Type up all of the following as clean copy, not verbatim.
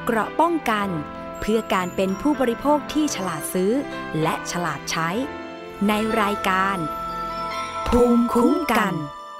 เกราะป้องกันเพื่อการเป็นผู้บริโภคที่ฉลาดซื้อและฉลาดใช้ในรายการภูมิคุ้มกัน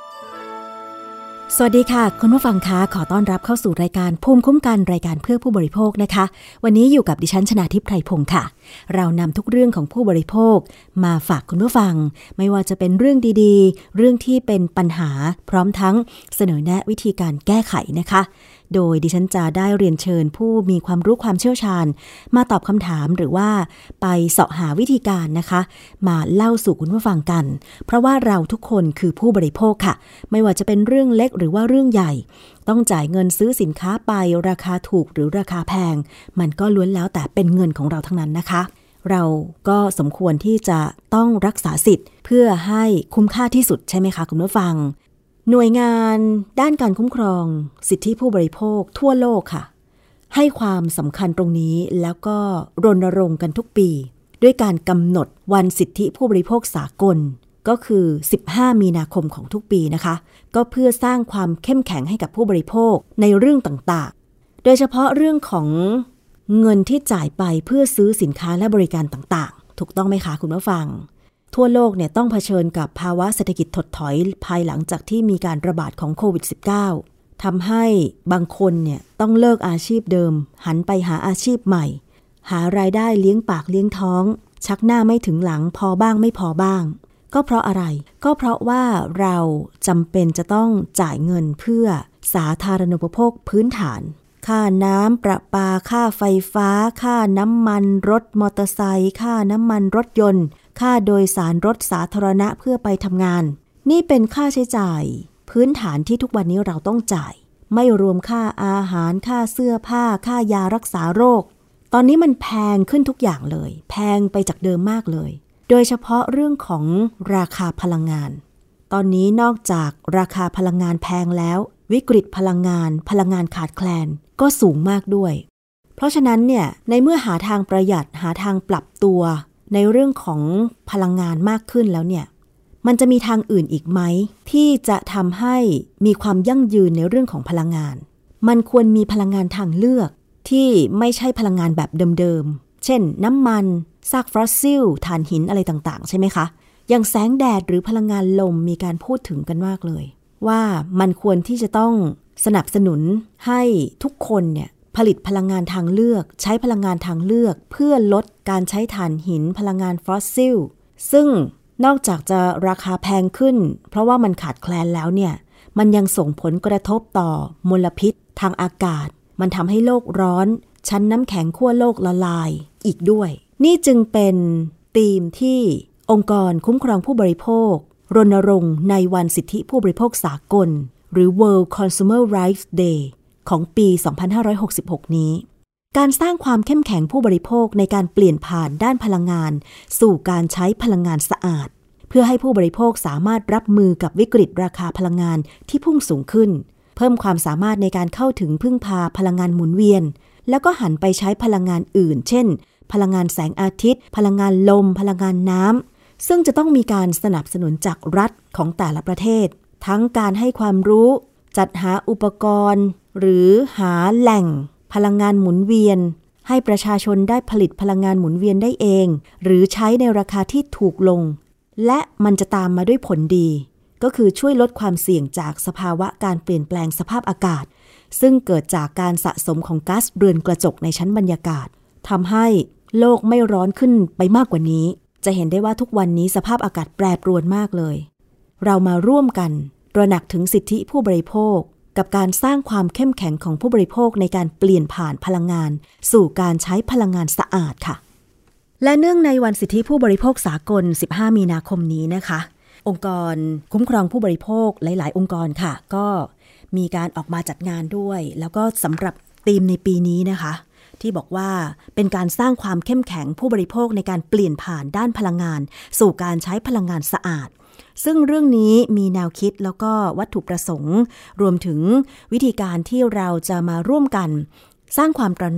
สวัสดีค่ะคุณผู้ฟังคะขอต้อนรับเข้าสู่รายการภูมิคุ้มกันรายการเพื่อผู้บริโภคนะคะวันนี้อยู่กับดิฉันชนาทิพย์ไพรพงศ์ค่ะเรานำทุกเรื่องของผู้บริโภคมาฝากคุณผู้ฟังไม่ว่าจะเป็นเรื่องดีๆเรื่องที่เป็นปัญหาพร้อมทั้งเสนอแนะวิธีการแก้ไขนะคะโดยดิฉันจะได้เรียนเชิญผู้มีความรู้ความเชี่ยวชาญมาตอบคำถามหรือว่าไปเสาะหาวิธีการนะคะมาเล่าสู่คุณผู้ฟังกันเพราะว่าเราทุกคนคือผู้บริโภคค่ะไม่ว่าจะเป็นเรื่องเล็กหรือว่าเรื่องใหญ่ต้องจ่ายเงินซื้อสินค้าไปราคาถูกหรือราคาแพงมันก็ล้วนแล้วแต่เป็นเงินของเราทั้งนั้นนะคะเราก็สมควรที่จะต้องรักษาสิทธิ์เพื่อให้คุ้มค่าที่สุดใช่ไหมคะคุณผู้ฟังหน่วยงานด้านการคุ้มครองสิทธิผู้บริโภคทั่วโลกค่ะให้ความสำคัญตรงนี้แล้วก็รณรงค์กันทุกปีด้วยการกำหนดวันสิทธิผู้บริโภคสากลก็คือ15มีนาคมของทุกปีนะคะก็เพื่อสร้างความเข้มแข็งให้กับผู้บริโภคในเรื่องต่างๆโดยเฉพาะเรื่องของเงินที่จ่ายไปเพื่อซื้อสินค้าและบริการต่างๆถูกต้องไหมคะคุณผู้ฟังทั่วโลกเนี่ยต้องเผชิญกับภาวะเศรษฐกิจถดถอยภายหลังจากที่มีการระบาดของโควิด -19 ทำให้บางคนเนี่ยต้องเลิกอาชีพเดิมหันไปหาอาชีพใหม่หารายได้เลี้ยงปากเลี้ยงท้องชักหน้าไม่ถึงหลังพอบ้างไม่พอบ้างก็เพราะอะไรก็เพราะว่าเราจำเป็นจะต้องจ่ายเงินเพื่อสาธารณูปโภคพื้นฐานค่าน้ำประปาค่าไฟฟ้าค่าน้ำมันรถมอเตอร์ไซค์ค่าน้ำมันรถยนต์ค่าโดยสารรถสาธารณะเพื่อไปทำงานนี่เป็นค่าใช้จ่ายพื้นฐานที่ทุกวันนี้เราต้องจ่ายไม่รวมค่าอาหารค่าเสื้อผ้าค่ายารักษาโรคตอนนี้มันแพงขึ้นทุกอย่างเลยแพงไปจากเดิมมากเลยโดยเฉพาะเรื่องของราคาพลังงานตอนนี้นอกจากราคาพลังงานแพงแล้ววิกฤตพลังงานขาดแคลนก็สูงมากด้วยเพราะฉะนั้นเนี่ยในเมื่อหาทางประหยัดหาทางปรับตัวในเรื่องของพลังงานมากขึ้นแล้วเนี่ยมันจะมีทางอื่นอีกไหมที่จะทำให้มีความยั่งยืนในเรื่องของพลังงานมันควรมีพลังงานทางเลือกที่ไม่ใช่พลังงานแบบเดิมๆเช่นน้ำมันซากฟอสซิลถ่านหินอะไรต่างๆใช่ไหมคะอย่างแสงแดดหรือพลังงานลมมีการพูดถึงกันมากเลยว่ามันควรที่จะต้องสนับสนุนให้ทุกคนเนี่ยผลิตพลังงานทางเลือกใช้พลังงานทางเลือกเพื่อลดการใช้ถ่านหินพลังงานฟอสซิลซึ่งนอกจากจะราคาแพงขึ้นเพราะว่ามันขาดแคลนแล้วเนี่ยมันยังส่งผลกระทบต่อมลพิษทางอากาศมันทำให้โลกร้อนชั้นน้ำแข็งขั้วโลกละลายอีกด้วยนี่จึงเป็นธีมที่องค์กรคุ้มครองผู้บริโภครณรงค์ในวันสิทธิผู้บริโภคสากลหรือ World Consumer Rights Day ของปี 2566 นี้การสร้างความเข้มแข็งผู้บริโภคในการเปลี่ยนผ่านด้านพลังงานสู่การใช้พลังงานสะอาดเพื่อให้ผู้บริโภคสามารถรับมือกับวิกฤตราคาพลังงานที่พุ่งสูงขึ้นเพิ่มความสามารถในการเข้าถึงพึ่งพาพลังงานหมุนเวียนแล้วก็หันไปใช้พลังงานอื่นเช่นพลังงานแสงอาทิตย์พลังงานลมพลังงานน้ำซึ่งจะต้องมีการสนับสนุนจากรัฐของแต่ละประเทศทั้งการให้ความรู้จัดหาอุปกรณ์หรือหาแหล่งพลังงานหมุนเวียนให้ประชาชนได้ผลิตพลังงานหมุนเวียนได้เองหรือใช้ในราคาที่ถูกลงและมันจะตามมาด้วยผลดีก็คือช่วยลดความเสี่ยงจากสภาวะการเปลี่ยนแปลงสภาพอากาศซึ่งเกิดจากการสะสมของก๊าซเรือนกระจกในชั้นบรรยากาศทำให้โลกไม่ร้อนขึ้นไปมากกว่านี้จะเห็นได้ว่าทุกวันนี้สภาพอากาศแปรปรวนมากเลยเรามาร่วมกันตระหนักถึงสิทธิผู้บริโภคกับการสร้างความเข้มแข็งของผู้บริโภคในการเปลี่ยนผ่านพลังงานสู่การใช้พลังงานสะอาดค่ะและเนื่องในวันสิทธิผู้บริโภคสากล15มีนาคมนี้นะคะองค์กรคุ้มครองผู้บริโภคหลายๆองค์กรค่ะก็มีการออกมาจัดงานด้วยแล้วก็สำหรับธีมในปีนี้นะคะที่บอกว่าเป็นการสร้างความเข้มแข็งผู้บริโภคในการเปลี่ยนผ่านด้านพลังงานสู่การใช้พลังงานสะอาดซึ่งเรื่องนี้มีแนวคิดแล้วก็วัตถุประสงค์รวมถึงวิธีการที่เราจะมาร่วมกันสร้างความตระหนัก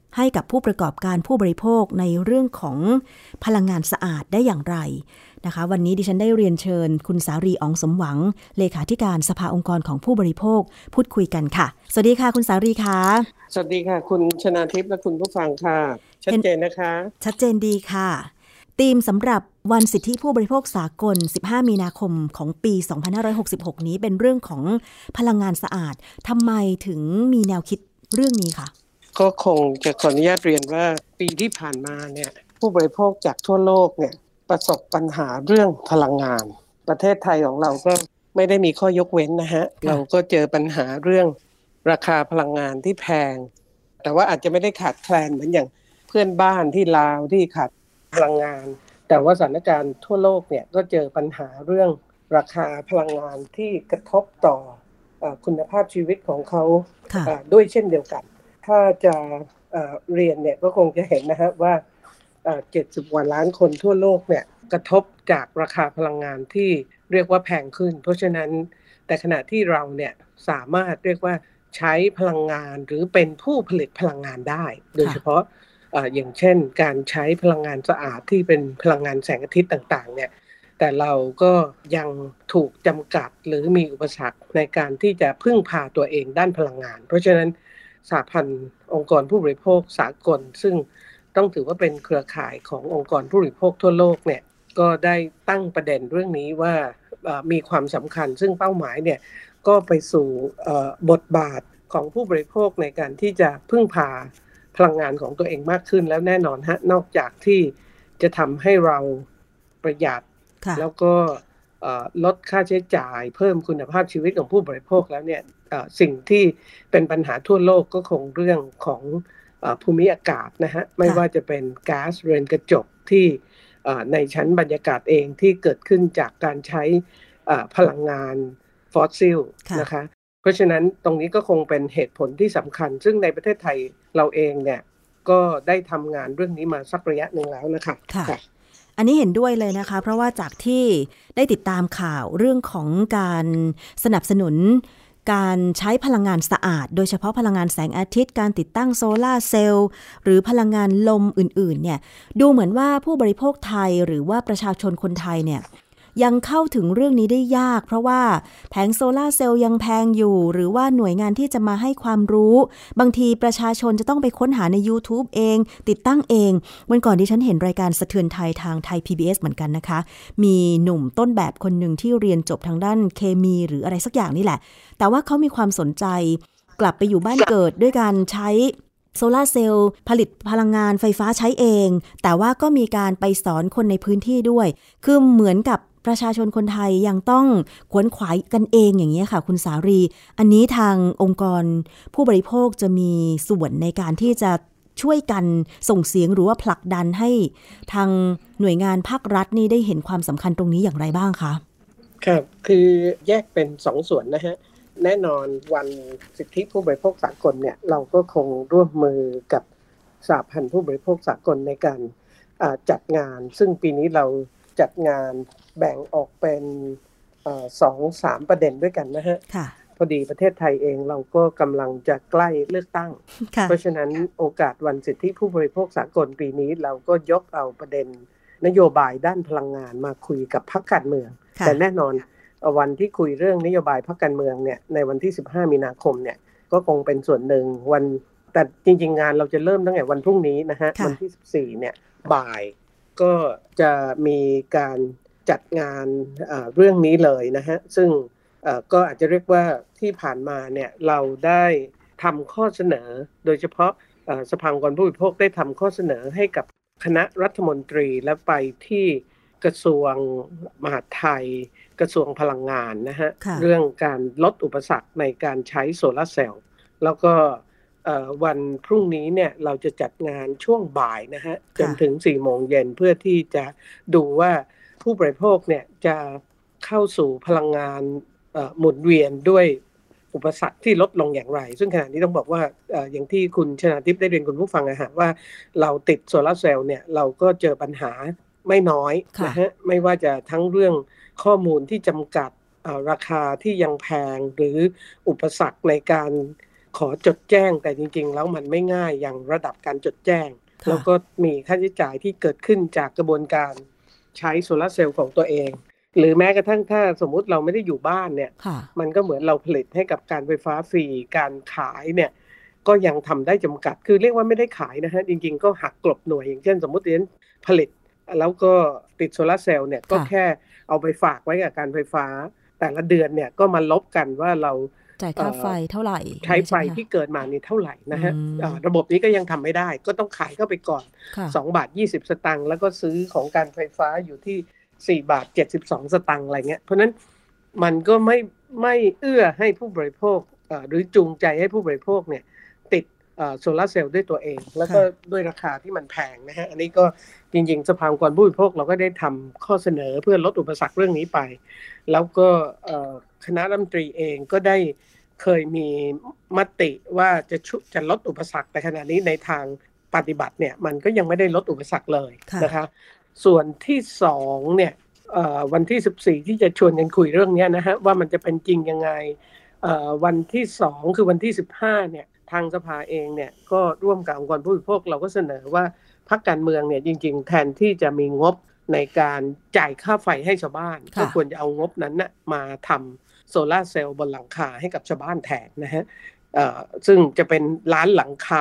ให้กับผู้ประกอบการผู้บริโภคในเรื่องของพลังงานสะอาดได้อย่างไรนะคะวันนี้ดิฉันได้เรียนเชิญคุณสารีอ๋องสมหวังเลขาธิการสภาองค์กรของผู้บริโภคพูดคุยกันค่ะสวัสดีค่ะคุณสารีค่ะสวัสดีค่ะคุณชนาทิพย์และคุณผู้ฟังค่ะชัดเจนนะคะชัดเจนดีค่ะธีมสำหรับวันสิทธิผู้บริโภคสากล15มีนาคมของปี2566นี้เป็นเรื่องของพลังงานสะอาดทำไมถึงมีแนวคิดเรื่องนี้ค่ะก็คงจะขออนุญาตเรียนว่าปีที่ผ่านมาเนี่ยผู้บริโภคจากทั่วโลกเนี่ยประสบปัญหาเรื่องพลังงานประเทศไทยของเราก็ไม่ได้มีข้อยกเว้นนะฮะเราก็เจอปัญหาเรื่องราคาพลังงานที่แพงแต่ว่าอาจจะไม่ได้ขาดแคลนเหมือนอย่างเพื่อนบ้านที่ลาวที่ขาดพลังงานแต่ว่าสถานการณ์ทั่วโลกเนี่ยก็เจอปัญหาเรื่องราคาพลังงานที่กระทบต่อคุณภาพชีวิตของเขาด้วยเช่นเดียวกันถ้าจะเรียนเนี่ยก็คงจะเห็นนะฮะว่า70 กว่าล้านคนทั่วโลกเนี่ยกระทบจากราคาพลังงานที่เรียกว่าแพงขึ้นเพราะฉะนั้นแต่ขณะที่เราเนี่ยสามารถเรียกว่าใช้พลังงานหรือเป็นผู้ผลิตพลังงานได้โดยเฉพาะอย่างเช่นการใช้พลังงานสะอาดที่เป็นพลังงานแสงอาทิตย์ต่างๆเนี่ยแต่เราก็ยังถูกจำกัดหรือมีอุปสรรคในการที่จะพึ่งพาตัวเองด้านพลังงานเพราะฉะนั้นสหพันธ์องค์กรผู้บริโภคสากลซึ่งต้องถือว่าเป็นเครือข่ายขององค์กรผู้บริโภคทั่วโลกเนี่ยก็ได้ตั้งประเด็นเรื่องนี้ว่ามีความสำคัญซึ่งเป้าหมายเนี่ยก็ไปสู่บทบาทของผู้บริโภคในการที่จะพึ่งพาพลังงานของตัวเองมากขึ้นแล้วแน่นอนฮะนอกจากที่จะทำให้เราประหยัดแล้วก็ลดค่าใช้จ่ายเพิ่มคุณภาพชีวิตของผู้บริโภคแล้วเนี่ยสิ่งที่เป็นปัญหาทั่วโลกก็คงเรื่องของภูมิอากาศนะฮะไม่ว่าจะเป็นก๊าซเรือนกระจกที่ในชั้นบรรยากาศเองที่เกิดขึ้นจากการใช้พลังงานฟอสซิลนะคะเพราะฉะนั้นตรงนี้ก็คงเป็นเหตุผลที่สำคัญซึ่งในประเทศไทยเราเองเนี่ยก็ได้ทำงานเรื่องนี้มาสักระยะหนึ่งแล้วนะคะอันนี้เห็นด้วยเลยนะคะเพราะว่าจากที่ได้ติดตามข่าวเรื่องของการสนับสนุนการใช้พลังงานสะอาดโดยเฉพาะพลังงานแสงอาทิตย์การติดตั้งโซล่าร์เซลล์หรือพลังงานลมอื่นๆเนี่ยดูเหมือนว่าผู้บริโภคไทยหรือว่าประชาชนคนไทยเนี่ยยังเข้าถึงเรื่องนี้ได้ยากเพราะว่าแผงโซล่าร์เซลล์ยังแพงอยู่หรือว่าหน่วยงานที่จะมาให้ความรู้บางทีประชาชนจะต้องไปค้นหาใน YouTube เองติดตั้งเองวันก่อนที่ฉันเห็นรายการสะเทือนไทยทางไทย PBS เหมือนกันนะคะมีหนุ่มต้นแบบคนหนึ่งที่เรียนจบทางด้านเคมีหรืออะไรสักอย่างนี่แหละแต่ว่าเขามีความสนใจกลับไปอยู่บ้านเกิดด้วยการใช้โซล่าร์เซลล์ผลิตพลังงานไฟฟ้าใช้เองแต่ว่าก็มีการไปสอนคนในพื้นที่ด้วยคือเหมือนกับประชาชนคนไทยยังต้องขวนขวายกันเองอย่างนี้ค่ะคุณสารีอันนี้ทางองค์กรผู้บริโภคจะมีส่วนในการที่จะช่วยกันส่งเสียงหรือว่าผลักดันให้ทางหน่วยงานภาครัฐนี่ได้เห็นความสำคัญตรงนี้อย่างไรบ้างคะครับคือแยกเป็น2 ส่วนนะฮะแน่นอนวันสิทธิผู้บริโภคสากลเนี่ยเราก็คงร่วมมือกับสหพันธ์ผู้บริโภคสากลในการจัดงานซึ่งปีนี้เราจัดงานแบ่งออกเป็น2-3 ประเด็นด้วยกันนะฮะพอดีประเทศไทยเองเราก็กำลังจะใกล้เลือกตั้งเพราะฉะนั้นโอกาสวันสิทธิผู้บริโภคสากลปีนี้เราก็ยกเอาประเด็นนโยบายด้านพลังงานมาคุยกับพรรคการเมืองแต่แน่นอนวันที่คุยเรื่องนโยบายพรรคการเมืองเนี่ยในวันที่15มีนาคมเนี่ยก็คงเป็นส่วนหนึ่งวันแต่จริงๆงานเราจะเริ่มตั้งแต่วันพรุ่งนี้นะฮะวันที่14เนี่ยบ่ายก็จะมีการจัดงานเรื่องนี้เลยนะฮะซึ่งก็อาจจะเรียกว่าที่ผ่านมาเนี่ยเราได้ทำข้อเสนอโดยเฉพาะสภาองค์กรผู้บริโภคได้ทำข้อเสนอให้กับคณะรัฐมนตรีและไปที่กระทรวงมหาดไทยกระทรวงพลังงานนะฮะเรื่องการลดอุปสรรคในการใช้โซลาร์เซลล์แล้วก็วันพรุ่งนี้เนี่ยเราจะจัดงานช่วงบ่ายนะฮะจนถึง 4 โมงเย็นเพื่อที่จะดูว่าผู้บริโภคเนี่ยจะเข้าสู่พลังงานหมุนเวียนด้วยอุปสรรคที่ลดลงอย่างไรซึ่งขณะนี้ต้องบอกว่าอย่างที่คุณชนาทิพย์ได้เรียนคุณผู้ฟังนะฮะว่าเราติดโซลาร์เซลล์เนี่ยเราก็เจอปัญหาไม่น้อยนะฮะไม่ว่าจะทั้งเรื่องข้อมูลที่จำกัดราคาที่ยังแพงหรืออุปสรรคในการขอจดแจ้งแต่จริงๆแล้วมันไม่ง่ายอย่างระดับการจดแจ้งแล้วก็มีค่าใช้จ่ายที่เกิดขึ้นจากกระบวนการใช้โซลาร์เซลล์ของตัวเองหรือแม้กระทั่งถ้าสมมุติเราไม่ได้อยู่บ้านเนี่ยมันก็เหมือนเราผลิตให้กับการไฟฟ้าฟรีการขายเนี่ยก็ยังทำได้จำกัดคือเรียกว่าไม่ได้ขายนะฮะจริงๆก็หักกลบหน่วยอย่างเช่นสมมติเรียนผลิตแล้วก็ติดโซลาร์เซลล์เนี่ยก็แค่เอาไปฝากไว้กับการไฟฟ้าแต่ละเดือนเนี่ยก็มาลบกันว่าเราจ่ายค่าไฟเท่าไหร่ใช้ไฟที่เกิดมานี่เท่าไหร่นะฮะระบบนี้ก็ยังทำไม่ได้ก็ต้องขายเข้าไปก่อน2.20 บาทแล้วก็ซื้อของการไฟฟ้าอยู่ที่4.72 บาทอะไรเงี้ยเพราะนั้นมันก็ไม่เอื้อให้ผู้บริโภคหรือจูงใจให้ผู้บริโภคเนี่ยติดโซลาร์เซลล์ด้วยตัวเองแล้วก็ด้วยราคาที่มันแพงนะฮะอันนี้ก็จริงๆสภาองค์กรผู้บริโภคเราก็ได้ทำข้อเสนอเพื่อลดอุปสรรคเรื่องนี้ไปแล้วก็คณะรัฐมนตรีเองก็ได้เคยมีมติว่าจะลดอุปสรรคแต่ขณะนี้ในทางปฏิบัติเนี่ยมันก็ยังไม่ได้ลดอุปสรรคเลยนะคะส่วนที่2เนี่ยวันที่14ที่จะชวนกันคุยเรื่องนี้นะฮะว่ามันจะเป็นจริงยังไงวันที่2คือวันที่15เนี่ยทางสภาเองเนี่ยก็ร่วมกับองค์กรผู้บริโภคเราก็เสนอว่าพรรคการเมืองเนี่ยจริงๆแทนที่จะมีงบในการจ่ายค่าไฟให้ชาวบ้านก็ควรจะเอางบนั้นนะมาทำโซลาร์เซลล์บนหลังคาให้กับชาวบ้านแทนนะฮะซึ่งจะเป็นล้านหลังคา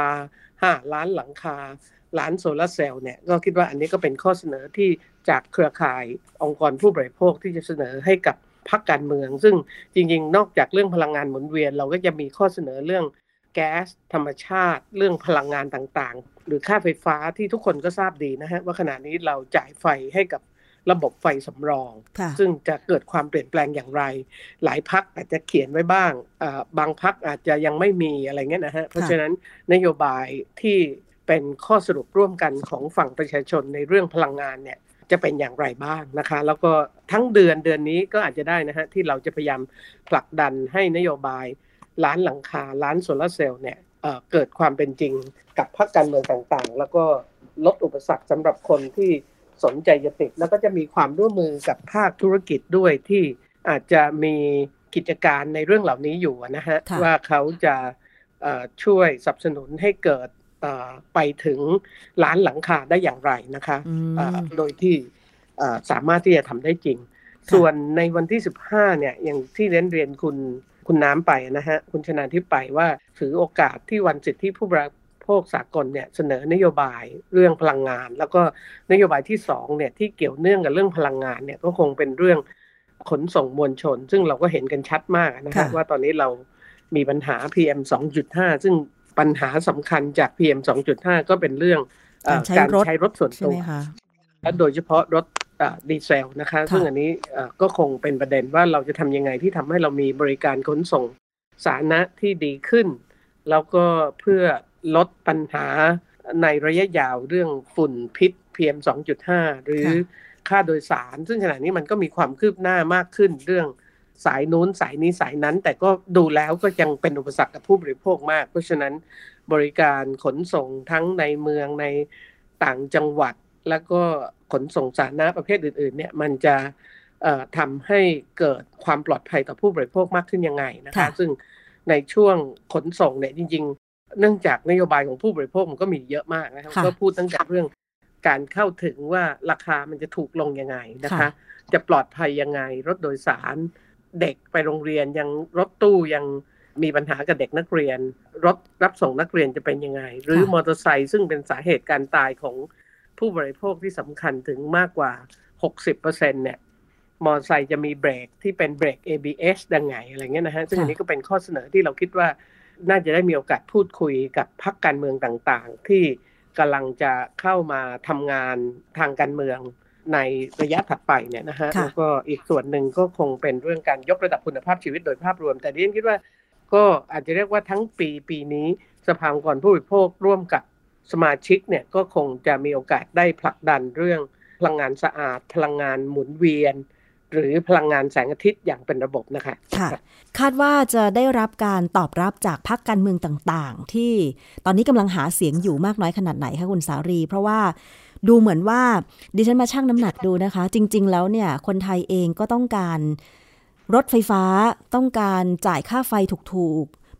5ล้านหลังคาล้านโซลาร์เซลล์เนี่ยก็คิดว่าอันนี้ก็เป็นข้อเสนอที่จากเครือข่ายองค์กรผู้บริโภคที่จะเสนอให้กับพรรคการเมืองซึ่งจริงๆนอกจากเรื่องพลังงานหมุนเวียนเราก็จะมีข้อเสนอเรื่องแก๊สธรรมชาติเรื่องพลังงานต่างๆหรือค่าไฟฟ้าที่ทุกคนก็ทราบดีนะฮะว่าขณะนี้เราจ่ายไฟให้กับระบบไฟสำรองซึ่งจะเกิดความเปลี่ยนแปลงอย่างไรหลายพรรคอาจจะเขียนไว้บ้างบางพรรคอาจจะยังไม่มีอะไรเงี้ยนะฮะเพราะฉะนั้นนโยบายที่เป็นข้อสรุปร่วมกันของฝั่งประชาชนในเรื่องพลังงานเนี่ยจะเป็นอย่างไรบ้างนะคะแล้วก็ทั้งเดือนนี้ก็อาจจะได้นะฮะที่เราจะพยายามผลักดันให้นโยบายล้านหลังคาล้านโซลาร์เซลล์เนี่ยเกิดความเป็นจริงกับพรรคการเมืองต่างๆแล้วก็ลดอุปสรรคสำหรับคนที่สนใจจะติดแล้วก็จะมีความร่วมมือกับภาคธุรกิจด้วยที่อาจจะมีกิจการในเรื่องเหล่านี้อยู่นะฮะว่าเขาจะช่วยสนับสนุนให้เกิดไปถึงล้านหลังคาได้อย่างไรนะคะโดยที่สามารถที่จะทำได้จริงส่วนในวันที่15เนี่ยอย่างที่เรียนคุณน้ำไปนะฮะคุณชนาทิพย์ไปว่าถือโอกาสที่วันสิทธิผู้บริโภคสากลเนี่ยเสนอนโยบายเรื่องพลังงานแล้วก็นโยบายที่2เนี่ยที่เกี่ยวเนื่องกับเรื่องพลังงานเนี่ยก็คงเป็นเรื่องขนส่งมวลชนซึ่งเราก็เห็นกันชัดมากนะฮะว่าตอนนี้เรามีปัญหา PM 2.5 ซึ่งปัญหาสำคัญจาก PM 2.5 ก็เป็นเรื่องการใช้รถส่วนตัวและโดยเฉพาะรถดีเซลนะคะซึ่งอันนี้ก็คงเป็นประเด็นว่าเราจะทำยังไงที่ทำให้เรามีบริการขนส่งสาธารณะที่ดีขึ้นแล้วก็เพื่อลดปัญหาในระยะยาวเรื่องฝุ่นพิษ PM 2.5 หรือค่าโดยสารซึ่งขณะนี้มันก็มีความคืบหน้ามากขึ้นเรื่องสายนู้นสายนี้สายนั้นแต่ก็ดูแล้วก็ยังเป็นอุปสรรคกับผู้บริโภคมากเพราะฉะนั้นบริการขนส่งทั้งในเมืองในต่างจังหวัดแล้วก็ขนส่งสาธารณะประเภทอื่นๆเนี่ยมันจะทำให้เกิดความปลอดภัยต่อผู้บริโภคมากขึ้นยังไงนะคะซึ่งในช่วงขนส่งเนี่ยจริงๆเนื่องจากนโยบายของผู้บริโภคมันก็มีเยอะมากนะครับก็พูดตั้งแต่เรื่องการเข้าถึงว่าราคามันจะถูกลงยังไงนะคะจะปลอดภัยยังไงรถโดยสารเด็กไปโรงเรียนยังรถตู้ยังมีปัญหากับเด็กนักเรียนรถรับส่งนักเรียนจะเป็นยังไงหรือมอเตอร์ไซค์ซึ่งเป็นสาเหตุการตายของผู้บริโภคที่สำคัญถึงมากกว่า 60% เนี่ยมอเตอร์ไซค์จะมีเบรกที่เป็นเบรก ABS ดังไงอะไรเงี้ยนะฮะซึ่งอันนี้ก็เป็นข้อเสนอที่เราคิดว่าน่าจะได้มีโอกาสพูดคุยกับพรรคการเมืองต่างๆที่กำลังจะเข้ามาทำงานทางการเมืองในระยะถัดไปเนี่ยนะฮะแล้วก็อีกส่วนหนึ่งก็คงเป็นเรื่องการยกระดับคุณภาพชีวิตโดยภาพรวมแต่ดิฉันคิดว่าก็อาจจะเรียกว่าทั้งปีนี้สภาองค์กรผู้บริโภคร่วมกับสมาชิกเนี่ยก็คงจะมีโอกาสได้ผลักดันเรื่องพลังงานสะอาดพลังงานหมุนเวียนหรือพลังงานแสงอาทิตย์อย่างเป็นระบบนะคะค่ะคาดว่าจะได้รับการตอบรับจากพรรคการเมืองต่างๆที่ตอนนี้กำลังหาเสียงอยู่มากน้อยขนาดไหนคะคุณสารีเพราะว่าดูเหมือนว่าดิฉันมาชั่งน้ำหนักดูนะคะจริงๆแล้วเนี่ยคนไทยเองก็ต้องการรถไฟฟ้าต้องการจ่ายค่าไฟถูกๆ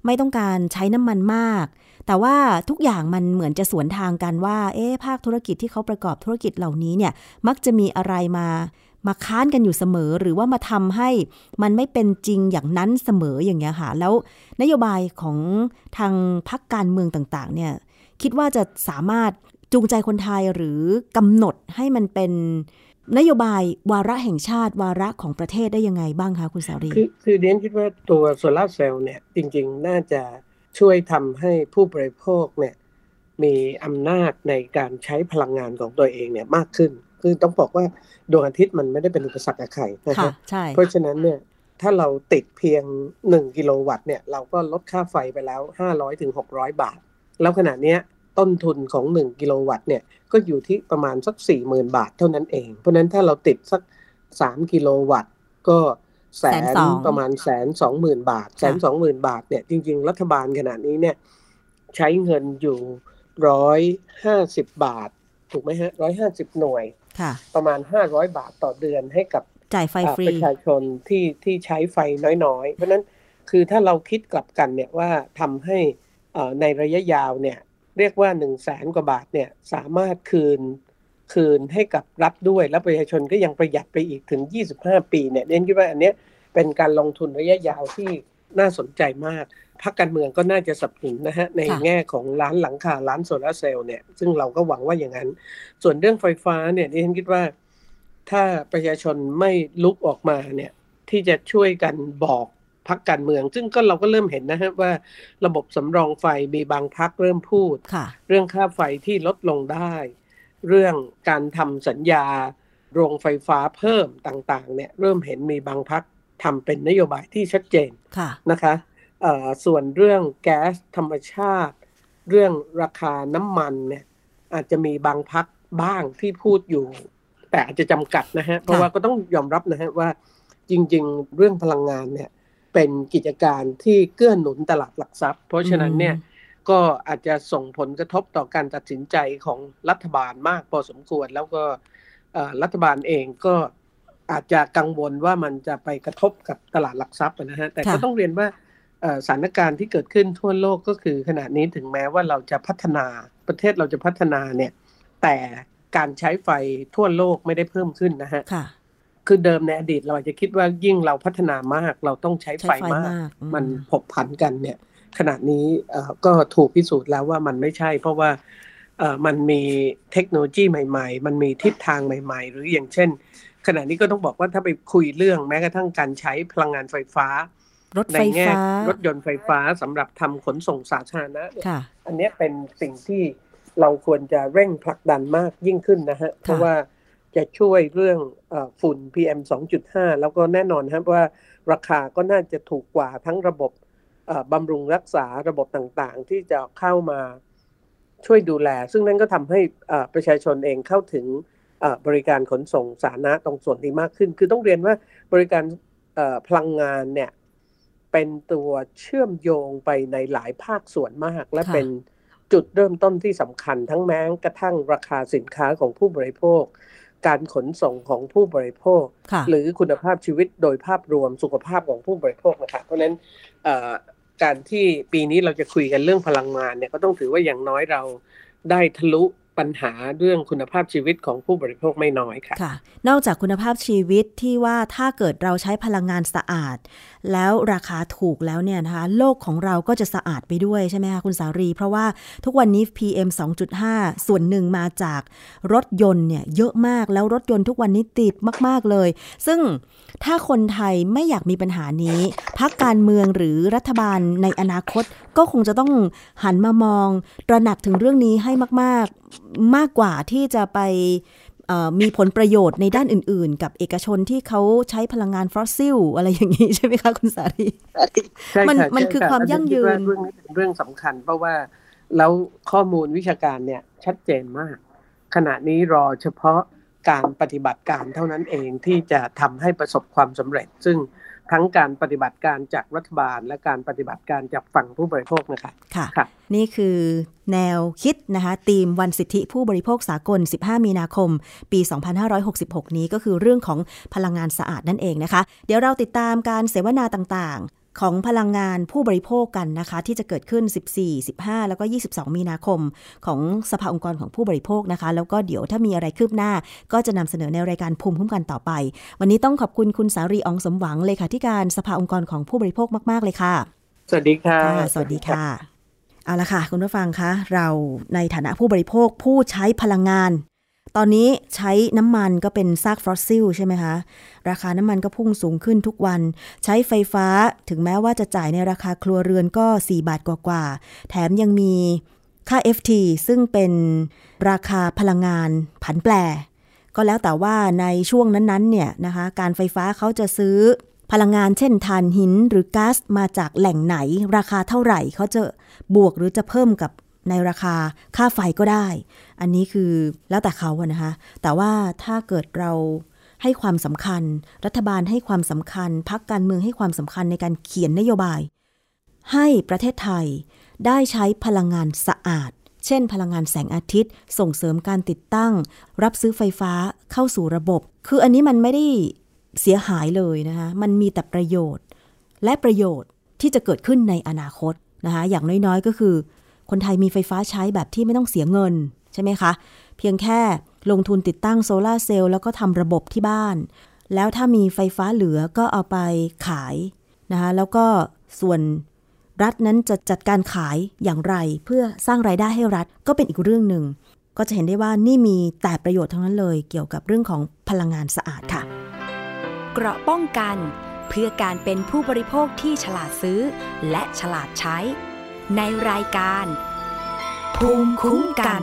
ไม่ต้องการใช้น้ำมันมากแต่ว่าทุกอย่างมันเหมือนจะสวนทางกันว่าภาคธุรกิจที่เขาประกอบธุรกิจเหล่านี้เนี่ยมักจะมีอะไรมาค้านกันอยู่เสมอหรือว่ามาทำให้มันไม่เป็นจริงอย่างนั้นเสมออย่างเงี้ยค่ะแล้วนโยบายของทางพรรคการเมืองต่างๆเนี่ยคิดว่าจะสามารถจูงใจคนไทยหรือกำหนดให้มันเป็นนโยบายวาระแห่งชาติวาระของประเทศได้ยังไงบ้างคะคุณสารีคือเรียนคิดว่าตัวโซลาร์เซลล์เนี่ยจริงๆน่าจะช่วยทำให้ผู้บริโภคเนี่ยมีอำนาจในการใช้พลังงานของตัวเองเนี่ยมากขึ้นคือต้องบอกว่าดวงอาทิตย์มันไม่ได้เป็นอุปสรรคกับใครนะครับเพราะฉะนั้นเนี่ยถ้าเราติดเพียง1กิโลวัตต์เนี่ยเราก็ลดค่าไฟไปแล้ว500 ถึง 600 บาทแล้วขณะนี้ต้นทุนของ1กิโลวัตต์เนี่ยก็อยู่ที่ประมาณสัก 40,000 บาทเท่านั้นเองเพราะนั้นถ้าเราติดสัก3กิโลวัตต์ก็ประมาณ 120,000 บาท 120,000 บาทเนี่ยจริงๆรัฐบาลขณะนี้เนี่ยใช้เงินอยู่150 บาทถูกไหมฮะ150 หน่วยประมาณ500 บาทต่อเดือนให้กับจ่ายไฟฟรีประชาชนที่ใช้ไฟน้อยๆเพราะนั้นคือถ้าเราคิดกลับกันเนี่ยว่าทำให้ในระยะยาวเนี่ยเรียกว่า 100,000 กว่าบาทเนี่ยสามารถคืนให้กับรัฐด้วยและประชาชนก็ยังประหยัดไปอีกถึง25 ปีเนี่ยเรียนคิดว่าอันเนี้ยเป็นการลงทุนระยะยาวที่น่าสนใจมากพรรคการเมืองก็น่าจะสนับสนุนนะฮะในแง่ของร้านหลังคาร้านโซลาร์เซลล์เนี่ยซึ่งเราก็หวังว่าอย่างนั้นส่วนเรื่องไฟฟ้าเนี่ยดิฉันคิดว่าถ้าประชาชนไม่ลุกออกมาเนี่ยที่จะช่วยกันบอกพรรคการเมืองซึ่งก็เราก็เริ่มเห็นนะฮะว่าระบบสำรองไฟมีบางพรรคเริ่มพูดเรื่องค่าไฟที่ลดลงได้เรื่องการทำสัญญาโรงไฟฟ้าเพิ่มต่างๆเนี่ยเริ่มเห็นมีบางพรรคทำเป็นนโยบายที่ชัดเจนนะคะส่วนเรื่องแก๊สธรรมชาติเรื่องราคาน้ำมันเนี่ยอาจจะมีบางพรรคบ้างที่พูดอยู่แต่อาจจะจำกัดนะฮะเพราะว่าก็ต้องยอมรับนะฮะว่าจริงๆเรื่องพลังงานเนี่ยเป็นกิจการที่เกื้อหนุนตลาดหลักทรัพย์เพราะฉะนั้นเนี่ยก็อาจจะส่งผลกระทบต่อการตัดสินใจของรัฐบาลมากพอสมควรแล้วก็รัฐบาลเองก็อาจจะกังวลว่ามันจะไปกระทบกับตลาดหลักทรัพย์นะฮะแต่ก็ต้องเรียนว่าสถานการณ์ที่เกิดขึ้นทั่วโลกก็คือขณะนี้ถึงแม้ว่าเราจะพัฒนาประเทศเราจะพัฒนาเนี่ยแต่การใช้ไฟทั่วโลกไม่ได้เพิ่มขึ้นนะฮะคือเดิมในอดีตเราอาจจะคิดว่ายิ่งเราพัฒนามากเราต้องใช้ไฟมากมันผกผันกันเนี่ยขณะนี้ก็ถูกพิสูจน์แล้วว่ามันไม่ใช่เพราะว่ามันมีเทคโนโลยีใหม่ๆมันมีทิศทางใหม่ๆหรืออย่างเช่นขณะนี้ก็ต้องบอกว่าถ้าไปคุยเรื่องแม้กระทั่งการใช้พลังงานไฟฟ้ารถไฟฟ้ารถยนต์ไฟฟ้าสำหรับทำขนส่งสาธารณะอันนี้เป็นสิ่งที่เราควรจะเร่งผลักดันมากยิ่งขึ้นนะฮะเพราะว่าจะช่วยเรื่องฝุ่น PM 2.5 แล้วก็แน่นอนครับว่าราคาก็น่าจะถูกกว่าทั้งระบบบำรุงรักษาระบบต่างๆที่จะเข้ามาช่วยดูแลซึ่งนั่นก็ทำให้ประชาชนเองเข้าถึงบริการขนส่งสาธารณะตรงส่วนนี้มากขึ้นคือต้องเรียนว่าบริการพลังงานเนี่ยเป็นตัวเชื่อมโยงไปในหลายภาคส่วนมากและเป็นจุดเริ่มต้นที่สำคัญทั้งแม้กระทั่งราคาสินค้าของผู้บริโภคการขนส่งของผู้บริโภคหรือคุณภาพชีวิตโดยภาพรวมสุขภาพของผู้บริโภคนะคะเพราะฉะนั้นการที่ปีนี้เราจะคุยกันเรื่องพลังงานเนี่ยก็ต้องถือว่าอย่างน้อยเราได้ทะลุปัญหาเรื่องคุณภาพชีวิตของผู้บริโภคไม่น้อยค่ะนอกจากคุณภาพชีวิตที่ว่าถ้าเกิดเราใช้พลังงานสะอาดแล้วราคาถูกแล้วเนี่ยนะคะโลกของเราก็จะสะอาดไปด้วยใช่ไหมคะคุณสารีเพราะว่าทุกวันนี้ PM 2.5 ส่วนหนึ่งมาจากรถยนต์เนี่ยเยอะมากแล้วรถยนต์ทุกวันนี้ติดมากๆเลยซึ่งถ้าคนไทยไม่อยากมีปัญหานี้พรรคการเมืองหรือรัฐบาลในอนาคตก็คงจะต้องหันมามองตระหนักถึงเรื่องนี้ให้มากกว่าที่จะไปมีผลประโยชน์ในด้านอื่นๆกับเอกชนที่เขาใช้พลังงานฟอสซิลอะไรอย่างนี้ใช่ไหมคะคุณสารีมันคือความยั่งยืนเรื่องนี้เป็นเรื่องสำคัญเพราะว่าแล้วข้อมูลวิชาการเนี่ยชัดเจนมากขณะนี้รอเฉพาะการปฏิบัติการเท่านั้นเองที่จะทำให้ประสบความสำเร็จซึ่งทั้งการปฏิบัติการจากรัฐบาลและการปฏิบัติการจากฝั่งผู้บริโภคนะคะค่ะนี่คือแนวคิดนะคะธีมวันสิทธิผู้บริโภคสากล15มีนาคมปี2566นี้ก็คือเรื่องของพลังงานสะอาดนั่นเองนะคะเดี๋ยวเราติดตามการเสวนาต่างๆของพลังงานผู้บริโภคกันนะคะที่จะเกิดขึ้น14 15แล้วก็22มีนาคมของสภาองค์กรของผู้บริโภคนะคะแล้วก็เดี๋ยวถ้ามีอะไรคืบหน้าก็จะนำเสนอในรายการภูมิคุ้มกันต่อไปวันนี้ต้องขอบคุณคุณสารีอองสมหวังเลขาธิการสภาองค์กรของผู้บริโภคมากๆเลยค่ะสวัสดีค่ะสวัสดีค่ะเอาละค่ะคุณผู้ฟังคะเราในฐานะผู้บริโภคผู้ใช้พลังงานตอนนี้ใช้น้ำมันก็เป็นซากฟอสซิลใช่ไหมคะราคาน้ำมันก็พุ่งสูงขึ้นทุกวันใช้ไฟฟ้าถึงแม้ว่าจะจ่ายในราคาครัวเรือนก็4 บาทกว่าๆแถมยังมีค่า FT ซึ่งเป็นราคาพลังงานผันแปรก็แล้วแต่ว่าในช่วงนั้นๆเนี่ยนะคะการไฟฟ้าเขาจะซื้อพลังงานเช่นถ่านหินหรือก๊าซมาจากแหล่งไหนราคาเท่าไหร่เขาจะบวกหรือจะเพิ่มกับในราคาค่าไฟก็ได้อันนี้คือแล้วแต่เขาอะนะคะแต่ว่าถ้าเกิดเราให้ความสำคัญรัฐบาลให้ความสำคัญพรรคการเมืองให้ความสำคัญในการเขียนนโยบายให้ประเทศไทยได้ใช้พลังงานสะอาดเช่นพลังงานแสงอาทิตย์ส่งเสริมการติดตั้งรับซื้อไฟฟ้าเข้าสู่ระบบคืออันนี้มันไม่ได้เสียหายเลยนะคะมันมีแต่ประโยชน์และประโยชน์ที่จะเกิดขึ้นในอนาคตนะคะอย่างน้อยๆก็คือคนไทยมีไฟฟ้าใช้แบบที่ไม่ต้องเสียเงินใช่ไหมคะเพียงแค่ลงทุนติดตั้งโซล่าร์เซลล์แล้วก็ทำระบบที่บ้านแล้วถ้ามีไฟฟ้าเหลือก็เอาไปขายนะคะแล้วก็ส่วนรัฐนั้นจะจัดการขายอย่างไรเพื่อสร้างรายได้ให้รัฐก็เป็นอีกเรื่องหนึ่งก็จะเห็นได้ว่านี่มีแต่ประโยชน์ทั้งนั้นเลยเกี่ยวกับเรื่องของพลังงานสะอาดค่ะเกราะป้องกันเพื่อการเป็นผู้บริโภคที่ฉลาดซื้อและฉลาดใช้ในรายการภูมิคุ้มกัน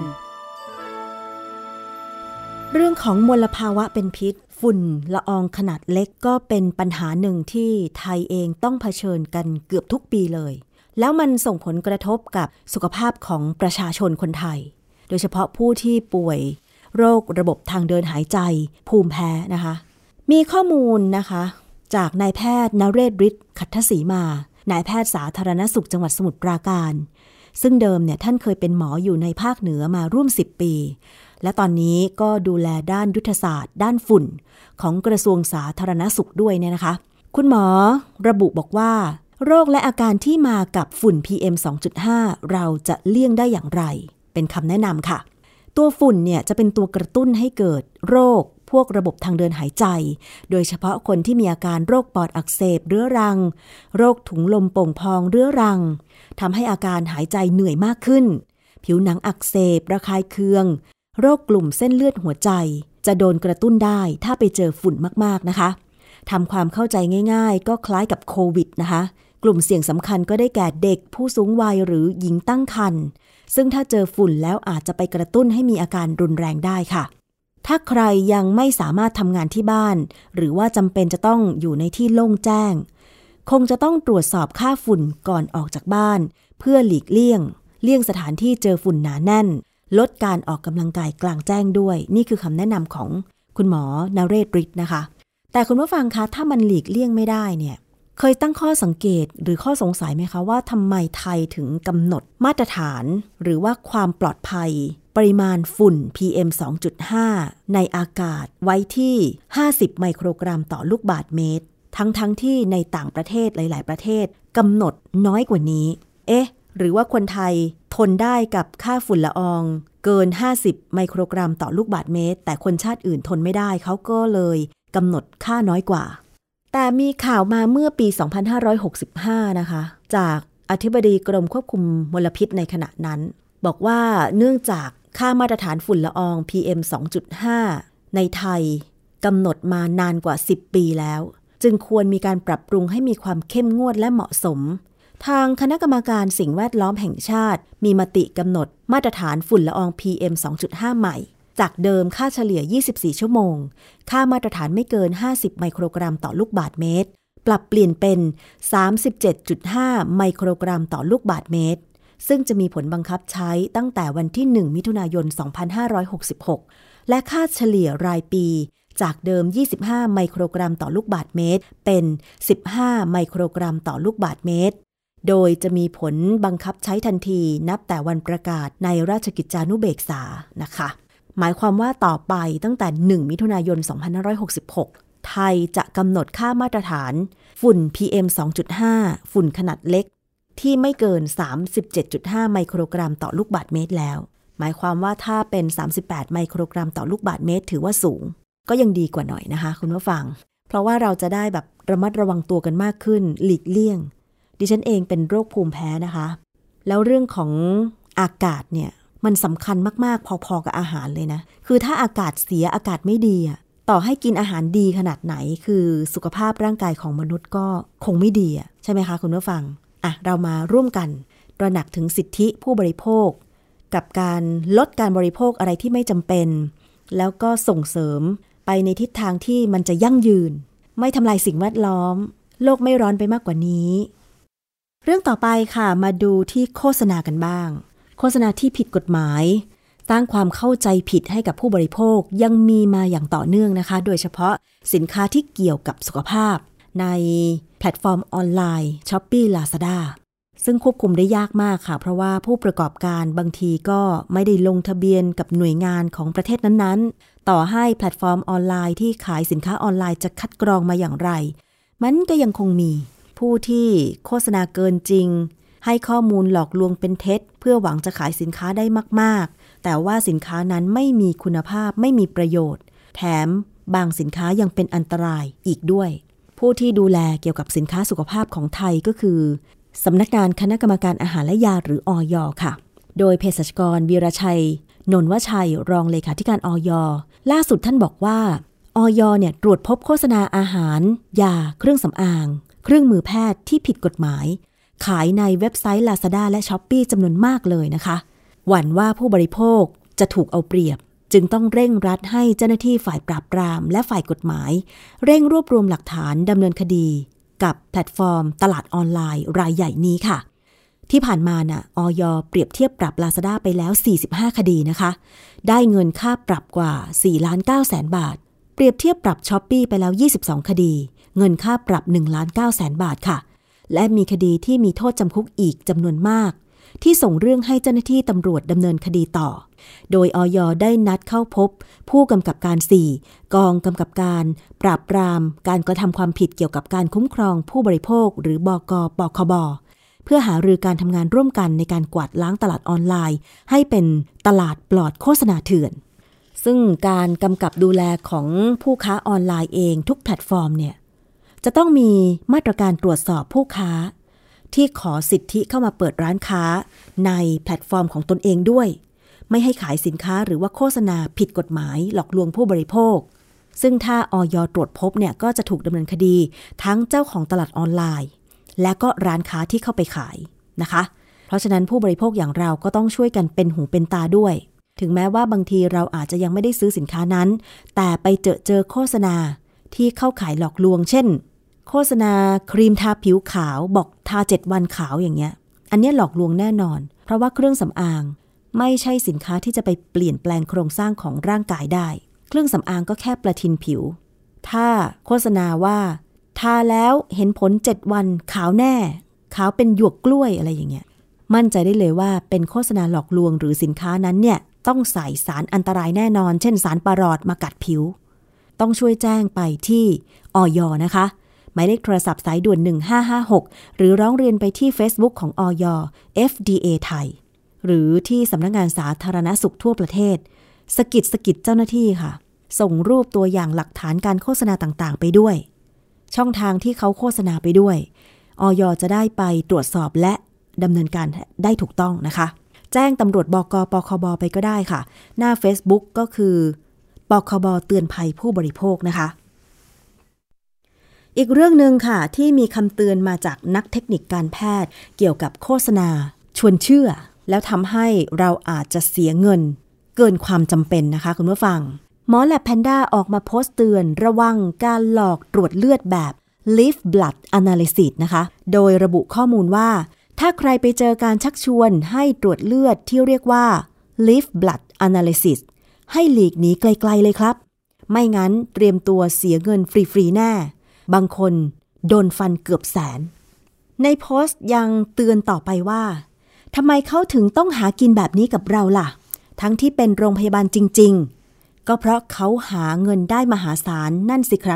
เรื่องของมลภาวะเป็นพิษฝุ่นละอองขนาดเล็กก็เป็นปัญหาหนึ่งที่ไทยเองต้องเผชิญกันเกือบทุกปีเลยแล้วมันส่งผลกระทบกับสุขภาพของประชาชนคนไทยโดยเฉพาะผู้ที่ป่วยโรคระบบทางเดินหายใจภูมิแพ้นะคะมีข้อมูลนะคะจากนายแพทย์นเรศฤทธิ์ขัตถศรีมานายแพทย์สาธารณสุขจังหวัดสมุทรปราการซึ่งเดิมเนี่ยท่านเคยเป็นหมออยู่ในภาคเหนือมาร่วม10 ปีและตอนนี้ก็ดูแลด้านยุทธศาสตร์ด้านฝุ่นของกระทรวงสาธารณสุขด้วยเนี่ยนะคะคุณหมอระบุบอกว่าโรคและอาการที่มากับฝุ่น PM 2.5 เราจะเลี่ยงได้อย่างไรเป็นคำแนะนำค่ะตัวฝุ่นเนี่ยจะเป็นตัวกระตุ้นให้เกิดโรคพวกระบบทางเดินหายใจโดยเฉพาะคนที่มีอาการโรคปอดอักเสบเรื้อรังโรคถุงลมโป่งพองเรื้อรังทำให้อาการหายใจเหนื่อยมากขึ้นผิวหนังอักเสบระคายเคืองโรคกลุ่มเส้นเลือดหัวใจจะโดนกระตุ้นได้ถ้าไปเจอฝุ่นมากๆนะคะทำความเข้าใจง่ายๆก็คล้ายกับโควิดนะคะกลุ่มเสี่ยงสำคัญก็ได้แก่เด็กผู้สูงวัยหรือหญิงตั้งครรภ์ซึ่งถ้าเจอฝุ่นแล้วอาจจะไปกระตุ้นให้มีอาการรุนแรงได้ค่ะถ้าใครยังไม่สามารถทำงานที่บ้านหรือว่าจำเป็นจะต้องอยู่ในที่โล่งแจ้งคงจะต้องตรวจสอบค่าฝุ่นก่อนออกจากบ้านเพื่อหลีกเลี่ยงสถานที่เจอฝุ่นหนาแน่นลดการออกกำลังกายกลางแจ้งด้วยนี่คือคำแนะนำของคุณหมอนเรศฤทธิ์นะคะแต่คุณผู้ฟังคะถ้ามันหลีกเลี่ยงไม่ได้เนี่ยเคยตั้งข้อสังเกตหรือข้อสงสัยไหมคะว่าทำไมไทยถึงกำหนดมาตรฐานหรือว่าความปลอดภัยปริมาณฝุ่น PM 2.5 ในอากาศไว้ที่50ไมโครกรัมต่อลูกบาศก์เมตรทั้งที่ในต่างประเทศหลายๆประเทศกำหนดน้อยกว่านี้หรือว่าคนไทยทนได้กับค่าฝุ่นละอองเกิน50ไมโครกรัมต่อลูกบาศก์เมตรแต่คนชาติอื่นทนไม่ได้เขาก็เลยกำหนดค่าน้อยกว่าแต่มีข่าวมาเมื่อปี 2565 นะคะจากอธิบดีกรมควบคุมมลพิษในขณะนั้นบอกว่าเนื่องจากค่ามาตรฐานฝุ่นละออง PM 2.5 ในไทยกำหนดมานานกว่า10 ปีแล้วจึงควรมีการปรับปรุงให้มีความเข้มงวดและเหมาะสมทางคณะกรรมการสิ่งแวดล้อมแห่งชาติมีมติกำหนดมาตรฐานฝุ่นละออง PM 2.5 ใหม่จากเดิมค่าเฉลี่ย24ชั่วโมงค่ามาตรฐานไม่เกิน50ไมโครกรัมต่อลูกบาศก์เมตรปรับเปลี่ยนเป็น 37.5 ไมโครกรัมต่อลูกบาศก์เมตรซึ่งจะมีผลบังคับใช้ตั้งแต่วันที่1มิถุนายน2566และค่าเฉลี่ยรายปีจากเดิม25ไมโครกรัมต่อลูกบาศก์เมตรเป็น15ไมโครกรัมต่อลูกบาศก์เมตรโดยจะมีผลบังคับใช้ทันทีนับแต่วันประกาศในราชกิจจานุเบกษานะคะหมายความว่าต่อไปตั้งแต่1มิถุนายน2566 ไทยจะกำหนดค่ามาตรฐานฝุ่น PM 2.5 ฝุ่นขนาดเล็กที่ไม่เกิน 37.5 ไมโครกรัมต่อลูกบาศก์เมตรแล้วหมายความว่าถ้าเป็น38ไมโครกรัมต่อลูกบาศก์เมตรถือว่าสูงก็ยังดีกว่าหน่อยนะคะคุณผู้ฟังเพราะว่าเราจะได้แบบระมัดระวังตัวกันมากขึ้นหลีกเลี่ยงดิฉันเองเป็นโรคภูมิแพ้นะคะแล้วเรื่องของอากาศเนี่ยมันสำคัญมากๆพอๆกับอาหารเลยนะคือถ้าอากาศเสียอากาศไม่ดีอ่ะต่อให้กินอาหารดีขนาดไหนคือสุขภาพร่างกายของมนุษย์ก็คงไม่ดีอ่ะใช่ไหมคะคุณผู้ฟังอ่ะเรามาร่วมกันตระหนักถึงสิทธิผู้บริโภคกับการลดการบริโภคอะไรที่ไม่จำเป็นแล้วก็ส่งเสริมไปในทิศทางที่มันจะยั่งยืนไม่ทำลายสิ่งแวดล้อมโลกไม่ร้อนไปมากกว่านี้เรื่องต่อไปค่ะมาดูที่โฆษณากันบ้างโฆษณาที่ผิดกฎหมายสร้างความเข้าใจผิดให้กับผู้บริโภคยังมีมาอย่างต่อเนื่องนะคะโดยเฉพาะสินค้าที่เกี่ยวกับสุขภาพในแพลตฟอร์มออนไลน์ Shopee Lazada ซึ่งควบคุมได้ยากมากค่ะเพราะว่าผู้ประกอบการบางทีก็ไม่ได้ลงทะเบียนกับหน่วยงานของประเทศนั้นๆต่อให้แพลตฟอร์มออนไลน์ที่ขายสินค้าออนไลน์จะคัดกรองมาอย่างไรมันก็ยังคงมีผู้ที่โฆษณาเกินจริงให้ข้อมูลหลอกลวงเป็นเท็จเพื่อหวังจะขายสินค้าได้มากๆแต่ว่าสินค้านั้นไม่มีคุณภาพไม่มีประโยชน์แถมบางสินค้ายังเป็นอันตรายอีกด้วยผู้ที่ดูแลเกี่ยวกับสินค้าสุขภาพของไทยก็คือสำนักงานคณะกรรมการอาหารและยาหรืออย.ค่ะโดยเภสัชกรวีรชัยนนท์วชัยรองเลขาธิการอย.ล่าสุดท่านบอกว่าอย.เนี่ยตรวจพบโฆษณาอาหารยาเครื่องสำอางเครื่องมือแพทย์ที่ผิดกฎหมายขายในเว็บไซต์ Lazada และ Shopee จำนวนมากเลยนะคะหวั่นว่าผู้บริโภคจะถูกเอาเปรียบจึงต้องเร่งรัดให้เจ้าหน้าที่ฝ่ายปราบปรามและฝ่ายกฎหมายเร่งรวบรวมหลักฐานดำเนินคดีกับแพลตฟอร์มตลาดออนไลน์รายใหญ่นี้ค่ะที่ผ่านมาน่ะอย.เปรียบเทียบปรับ Lazada ไปแล้ว45คดีนะคะได้เงินค่าปรับกว่า 4,900,000 บาทเปรียบเทียบปรับ Shopee ไปแล้ว22คดีเงินค่าปรับ 1,900,000 บาทค่ะและมีคดีที่มีโทษจำคุกอีกจำนวนมากที่ส่งเรื่องให้เจ้าหน้าที่ตำรวจดำเนินคดีต่อโดยอย.ได้นัดเข้าพบผู้กำกับการ4กองกำกับการปราบปรามการกระทำความผิดเกี่ยวกับการคุ้มครองผู้บริโภคหรือบก.ปคบ.เพื่อหารือการทำงานร่วมกันในการกวาดล้างตลาดออนไลน์ให้เป็นตลาดปลอดโฆษณาเถื่อนซึ่งการกำกับดูแลของผู้ค้าออนไลน์เองทุกแพลตฟอร์มเนี่ยจะต้องมีมาตรการตรวจสอบผู้ค้าที่ขอสิทธิเข้ามาเปิดร้านค้าในแพลตฟอร์มของตนเองด้วยไม่ให้ขายสินค้าหรือว่าโฆษณาผิดกฎหมายหลอกลวงผู้บริโภคซึ่งถ้าอย.ตรวจพบเนี่ยก็จะถูกดำเนินคดีทั้งเจ้าของตลาดออนไลน์และก็ร้านค้าที่เข้าไปขายนะคะเพราะฉะนั้นผู้บริโภคอย่างเราก็ต้องช่วยกันเป็นหูเป็นตาด้วยถึงแม้ว่าบางทีเราอาจจะยังไม่ได้ซื้อสินค้านั้นแต่ไปเจอโฆษณาที่เข้าขายหลอกลวงเช่นโฆษณาครีมทาผิวขาวบอกทา7วันขาวอย่างเงี้ยอันนี้หลอกลวงแน่นอนเพราะว่าเครื่องสำอางไม่ใช่สินค้าที่จะไปเปลี่ยนแปลงโครงสร้างของร่างกายได้เครื่องสำอางก็แค่ประทินผิวถ้าโฆษณาว่าทาแล้วเห็นผล7วันขาวแน่ขาวเป็นหยวกกล้วยอะไรอย่างเงี้ยมั่นใจได้เลยว่าเป็นโฆษณาหลอกลวงหรือสินค้านั้นเนี่ยต้องใส่สารอันตรายแน่นอนเช่นสารปารอดมากัดผิวต้องช่วยแจ้งไปที่อย.นะคะหมายเลขโทรศัพท์สายด่วน1556หรือร้องเรียนไปที่ Facebook ของอย. FDA ไทยหรือที่สำนักงานสาธารณสุขทั่วประเทศสกิดเจ้าหน้าที่ค่ะส่งรูปตัวอย่างหลักฐานการโฆษณาต่างๆไปด้วยช่องทางที่เขาโฆษณาไปด้วยอย.จะได้ไปตรวจสอบและดำเนินการได้ถูกต้องนะคะแจ้งตำรวจบก.ปคบ.ไปก็ได้ค่ะหน้า Facebook ก็คือปคบ.เตือนภัยผู้บริโภคนะคะอีกเรื่องนึงค่ะที่มีคำเตือนมาจากนักเทคนิคการแพทย์เกี่ยวกับโฆษณาชวนเชื่อแล้วทำให้เราอาจจะเสียเงินเกินความจำเป็นนะคะคุณผู้ฟังหมอแลบแพนด้าออกมาโพสต์เตือนระวังการหลอกตรวจเลือดแบบ Live Blood Analysis นะคะโดยระบุข้อมูลว่าถ้าใครไปเจอการชักชวนให้ตรวจเลือดที่เรียกว่า Live Blood Analysis ให้หลีกหนีไกลๆเลยครับไม่งั้นเตรียมตัวเสียเงินฟรีๆแน่บางคนโดนฟันเกือบแสนในโพสต์ยังเตือนต่อไปว่าทำไมเขาถึงต้องหากินแบบนี้กับเราล่ะทั้งที่เป็นโรงพยาบาลจริงๆก็เพราะเขาหาเงินได้มหาศาลนั่นสิครับต้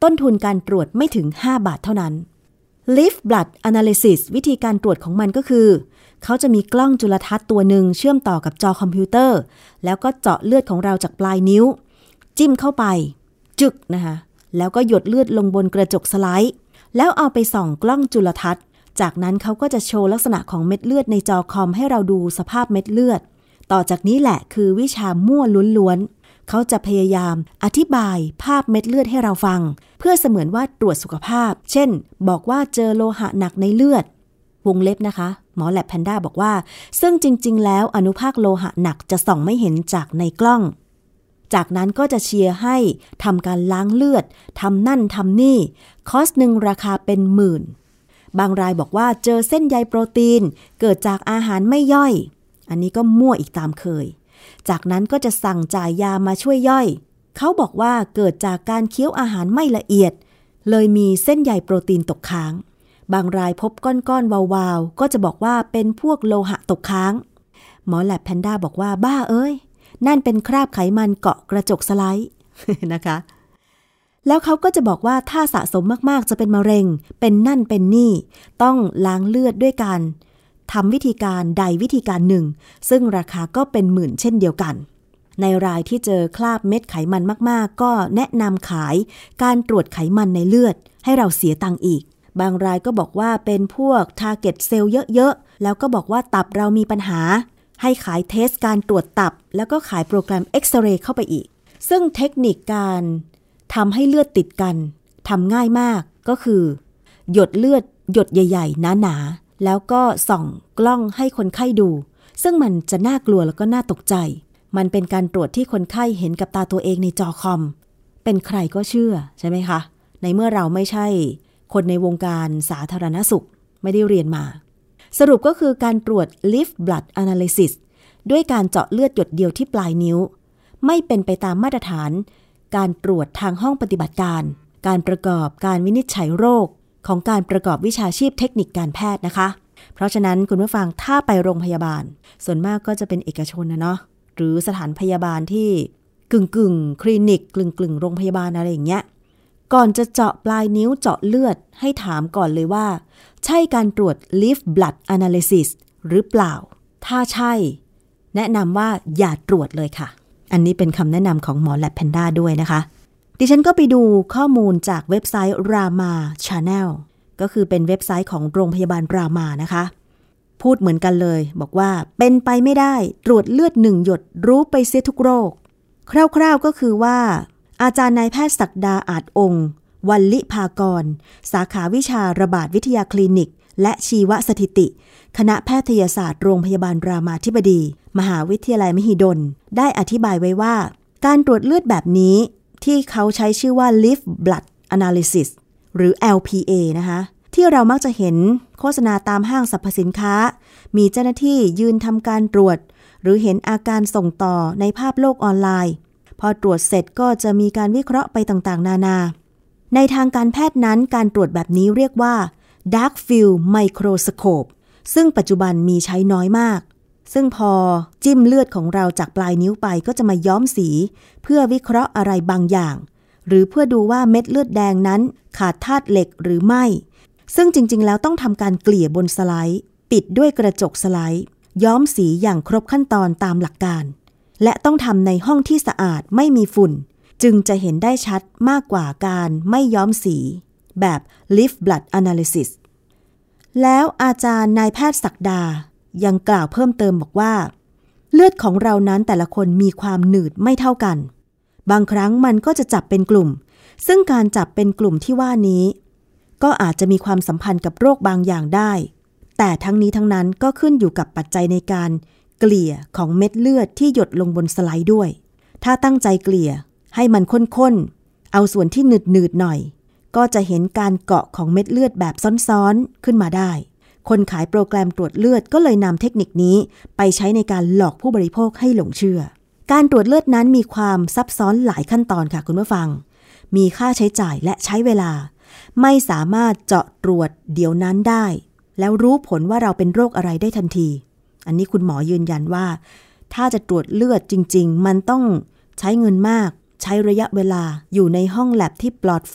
ต้นทุนการตรวจไม่ถึง5 บาทเท่านั้น Live Blood Analysis วิธีการตรวจของมันก็คือเขาจะมีกล้องจุลทรรศน์ตัวหนึ่งเชื่อมต่อกับจอคอมพิวเตอร์แล้วก็เจาะเลือดของเราจากปลายนิ้วจิ้มเข้าไปจึกนะคะแล้วก็หยดเลือดลงบนกระจกสไลด์แล้วเอาไปส่องกล้องจุลทรรศน์จากนั้นเขาก็จะโชว์ลักษณะของเม็ดเลือดในจอคอมให้เราดูสภาพเม็ดเลือดต่อจากนี้แหละคือวิชามั่วล้วนๆเขาจะพยายามอธิบายภาพเม็ดเลือดให้เราฟังเพื่อเสมือนว่าตรวจสุขภาพเช่นบอกว่าเจอโลหะหนักในเลือดวงเล็บนะคะหมอแลบแพนด้าบอกว่าซึ่งจริงๆแล้วอนุภาคโลหะหนักจะส่องไม่เห็นจากในกล้องจากนั้นก็จะเชียร์ให้ทำการล้างเลือดทำนั่นทำนี่คอสหนึ่งราคาเป็นหมื่นบางรายบอกว่าเจอเส้นใยโปรตีนเกิดจากอาหารไม่ย่อยอันนี้ก็มั่วอีกตามเคยจากนั้นก็จะสั่งจ่ายยามาช่วยย่อยเขาบอกว่าเกิดจากการเคี้ยวอาหารไม่ละเอียดเลยมีเส้นใยโปรตีนตกค้างบางรายพบก้อนๆวาวๆก็จะบอกว่าเป็นพวกโลหะตกค้างหมอแลบแพนด้าบอกว่าบ้าเอ้ยนั่นเป็นคราบไขมันเกาะกระจกสไลด์ นะคะแล้วเขาก็จะบอกว่าถ้าสะสมมากๆจะเป็นมะเร็งเป็นนั่นเป็นนี่ต้องล้างเลือดด้วยการทำวิธีการใดวิธีการหนึ่งซึ่งราคาก็เป็นหมื่นเช่นเดียวกันในรายที่เจอคราบเม็ดไขมันมากๆก็แนะนำขายการตรวจไขมันในเลือดให้เราเสียตังค์อีกบางรายก็บอกว่าเป็นพวก target cell เยอะๆแล้วก็บอกว่าตับเรามีปัญหาให้ขายเทสการตรวจตับแล้วก็ขายโปรแกรมเอ็กซเรย์เข้าไปอีกซึ่งเทคนิคการทำให้เลือดติดกันทำง่ายมากก็คือหยดเลือดหยดใหญ่ๆหนาๆแล้วก็ส่องกล้องให้คนไข้ดูซึ่งมันจะน่ากลัวแล้วก็น่าตกใจมันเป็นการตรวจที่คนไข้เห็นกับตาตัวเองในจอคอมเป็นใครก็เชื่อใช่ไหมคะในเมื่อเราไม่ใช่คนในวงการสาธารณสุขไม่ได้เรียนมาสรุปก็คือการตรวจ Live Blood Analysis ด้วยการเจาะเลือดหยดเดียวที่ปลายนิ้วไม่เป็นไปตามมาตรฐานการตรวจทางห้องปฏิบัติการการประกอบการวินิจฉัยโรคของการประกอบวิชาชีพเทคนิคการแพทย์นะคะเพราะฉะนั้นคุณผู้ฟังถ้าไปโรงพยาบาลส่วนมากก็จะเป็นเอกชนนะเนาะหรือสถานพยาบาลที่กึ่งคลินิกกึ่งโรงพยาบาลอะไรอย่างเงี้ยก่อนจะเจาะปลายนิ้วเจาะเลือดให้ถามก่อนเลยว่าใช่การตรวจ Live Blood Analysis หรือเปล่าถ้าใช่แนะนำว่าอย่าตรวจเลยค่ะอันนี้เป็นคำแนะนำของหมอแลบแพนด้าด้วยนะคะดิฉันก็ไปดูข้อมูลจากเว็บไซต์ Rama Channel ก็คือเป็นเว็บไซต์ของโรงพยาบาลรามานะคะพูดเหมือนกันเลยบอกว่าเป็นไปไม่ได้ตรวจเลือด1 หยดรู้ไปเสียทุกโรคคร่าวๆก็คือว่าอาจารย์นายแพทย์ศักดาอาจองค์วัลลิภากรสาขาวิชาระบาดวิทยาคลินิกและชีวสถิติคณะแพทยศาสตร์โรงพยาบาลรามาธิบดีมหาวิทยาลัยมหิดลได้อธิบายไว้ว่าการตรวจเลือดแบบนี้ที่เขาใช้ชื่อว่า Live Blood Analysis หรือ LPA นะคะที่เรามักจะเห็นโฆษณาตามห้างสรรพสินค้ามีเจ้าหน้าที่ยืนทำการตรวจหรือเห็นอาการส่งต่อในภาพโลกออนไลน์พอตรวจเสร็จก็จะมีการวิเคราะห์ไปต่างๆนานาในทางการแพทย์นั้นการตรวจแบบนี้เรียกว่า Dark Field Microscope ซึ่งปัจจุบันมีใช้น้อยมากซึ่งพอจิ้มเลือดของเราจากปลายนิ้วไปก็จะมาย้อมสีเพื่อวิเคราะห์อะไรบางอย่างหรือเพื่อดูว่าเม็ดเลือดแดงนั้นขาดธาตุเหล็กหรือไม่ซึ่งจริงๆแล้วต้องทำการเกลี่ยบนสไลด์ปิดด้วยกระจกสไลด์ย้อมสีอย่างครบขั้นตอนตามหลักการและต้องทำในห้องที่สะอาดไม่มีฝุ่นจึงจะเห็นได้ชัดมากกว่าการไม่ย้อมสีแบบ Live Blood Analysis แล้วอาจารย์นายแพทย์ศักดายังกล่าวเพิ่มเติมบอกว่าเลือดของเรานั้นแต่ละคนมีความหนืดไม่เท่ากันบางครั้งมันก็จะจับเป็นกลุ่มซึ่งการจับเป็นกลุ่มที่ว่านี้ก็อาจจะมีความสัมพันธ์กับโรคบางอย่างได้แต่ทั้งนี้ทั้งนั้นก็ขึ้นอยู่กับปัจจัยในการเกลี่ยของเม็ดเลือดที่หยดลงบนสไลด์ด้วยถ้าตั้งใจเกลี่ยให้มันข้นๆเอาส่วนที่หนืดๆหน่อยก็จะเห็นการเกาะของเม็ดเลือดแบบซ้อนๆขึ้นมาได้คนขายโปรแกรมตรวจเลือดก็เลยนำเทคนิคนี้ไปใช้ในการหลอกผู้บริโภคให้หลงเชื่อการตรวจเลือดนั้นมีความซับซ้อนหลายขั้นตอนค่ะคุณผู้ฟังมีค่าใช้จ่ายและใช้เวลาไม่สามารถเจาะตรวจเดี๋ยวนั้นได้แล้วรู้ผลว่าเราเป็นโรคอะไรได้ทันทีอันนี้คุณหมอยืนยันว่าถ้าจะตรวจเลือดจริงๆมันต้องใช้เงินมากใช้ระยะเวลาอยู่ในห้องแลบที่ปลอดฝุ่น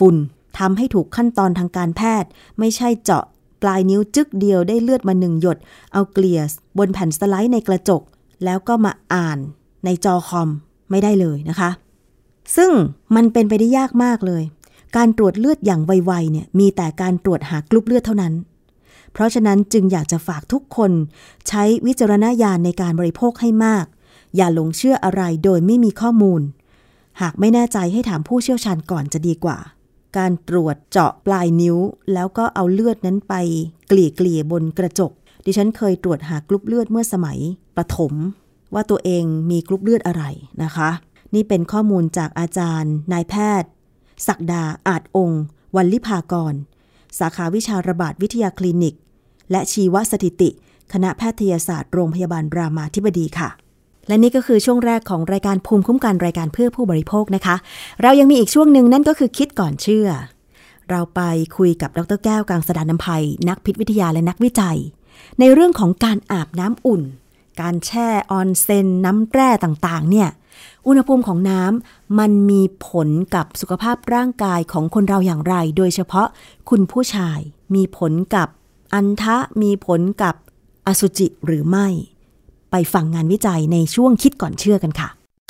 ทำให้ถูกขั้นตอนทางการแพทย์ไม่ใช่เจาะปลายนิ้วจึกเดียวได้เลือดมา1 หยดเอาเกลี่ยบนแผ่นสไลด์ในกระจกแล้วก็มาอ่านในจอคอมไม่ได้เลยนะคะซึ่งมันเป็นไปได้ยากมากเลยการตรวจเลือดอย่างไวๆเนี่ยมีแต่การตรวจหากรุ๊ปเลือดเท่านั้นเพราะฉะนั้นจึงอยากจะฝากทุกคนใช้วิจารณญาณในการบริโภคให้มากอย่าหลงเชื่ออะไรโดยไม่มีข้อมูลหากไม่แน่ใจให้ถามผู้เชี่ยวชาญก่อนจะดีกว่าการตรวจเจาะปลายนิ้วแล้วก็เอาเลือดนั้นไปเกลี่ยบนกระจกดิฉันเคยตรวจหากรุ๊ปเลือดเมื่อสมัยประถมว่าตัวเองมีกรุ๊ปเลือดอะไรนะคะนี่เป็นข้อมูลจากอาจารย์นายแพทย์ศักดาอาจองค์วรรลิภากรสาขาวิชาระบาดวิทยาคลินิกและชีวสถิติคณะแพทยศาสตร์โรงพยาบาลรามาธิบดีค่ะและนี่ก็คือช่วงแรกของรายการภูมิคุ้มกันรายการเพื่อผู้บริโภคนะคะเรายังมีอีกช่วงหนึ่งนั่นก็คือคิดก่อนเชื่อเราไปคุยกับดร.แก้วกังสดาลอำไพนักพิษวิทยาและนักวิจัยในเรื่องของการอาบน้ำอุ่นการแช่ออนเซ็นน้ำแร่ต่างๆเนี่ยอุณหภูมิของน้ำมันมีผลกับสุขภาพร่างกายของคนเราอย่างไรโดยเฉพาะคุณผู้ชายมีผลกับอัณฑะมีผลกับอสุจิหรือไม่ไปฟังงานวิจัยในช่วงคิดก่อนเชื่อกันค่ะ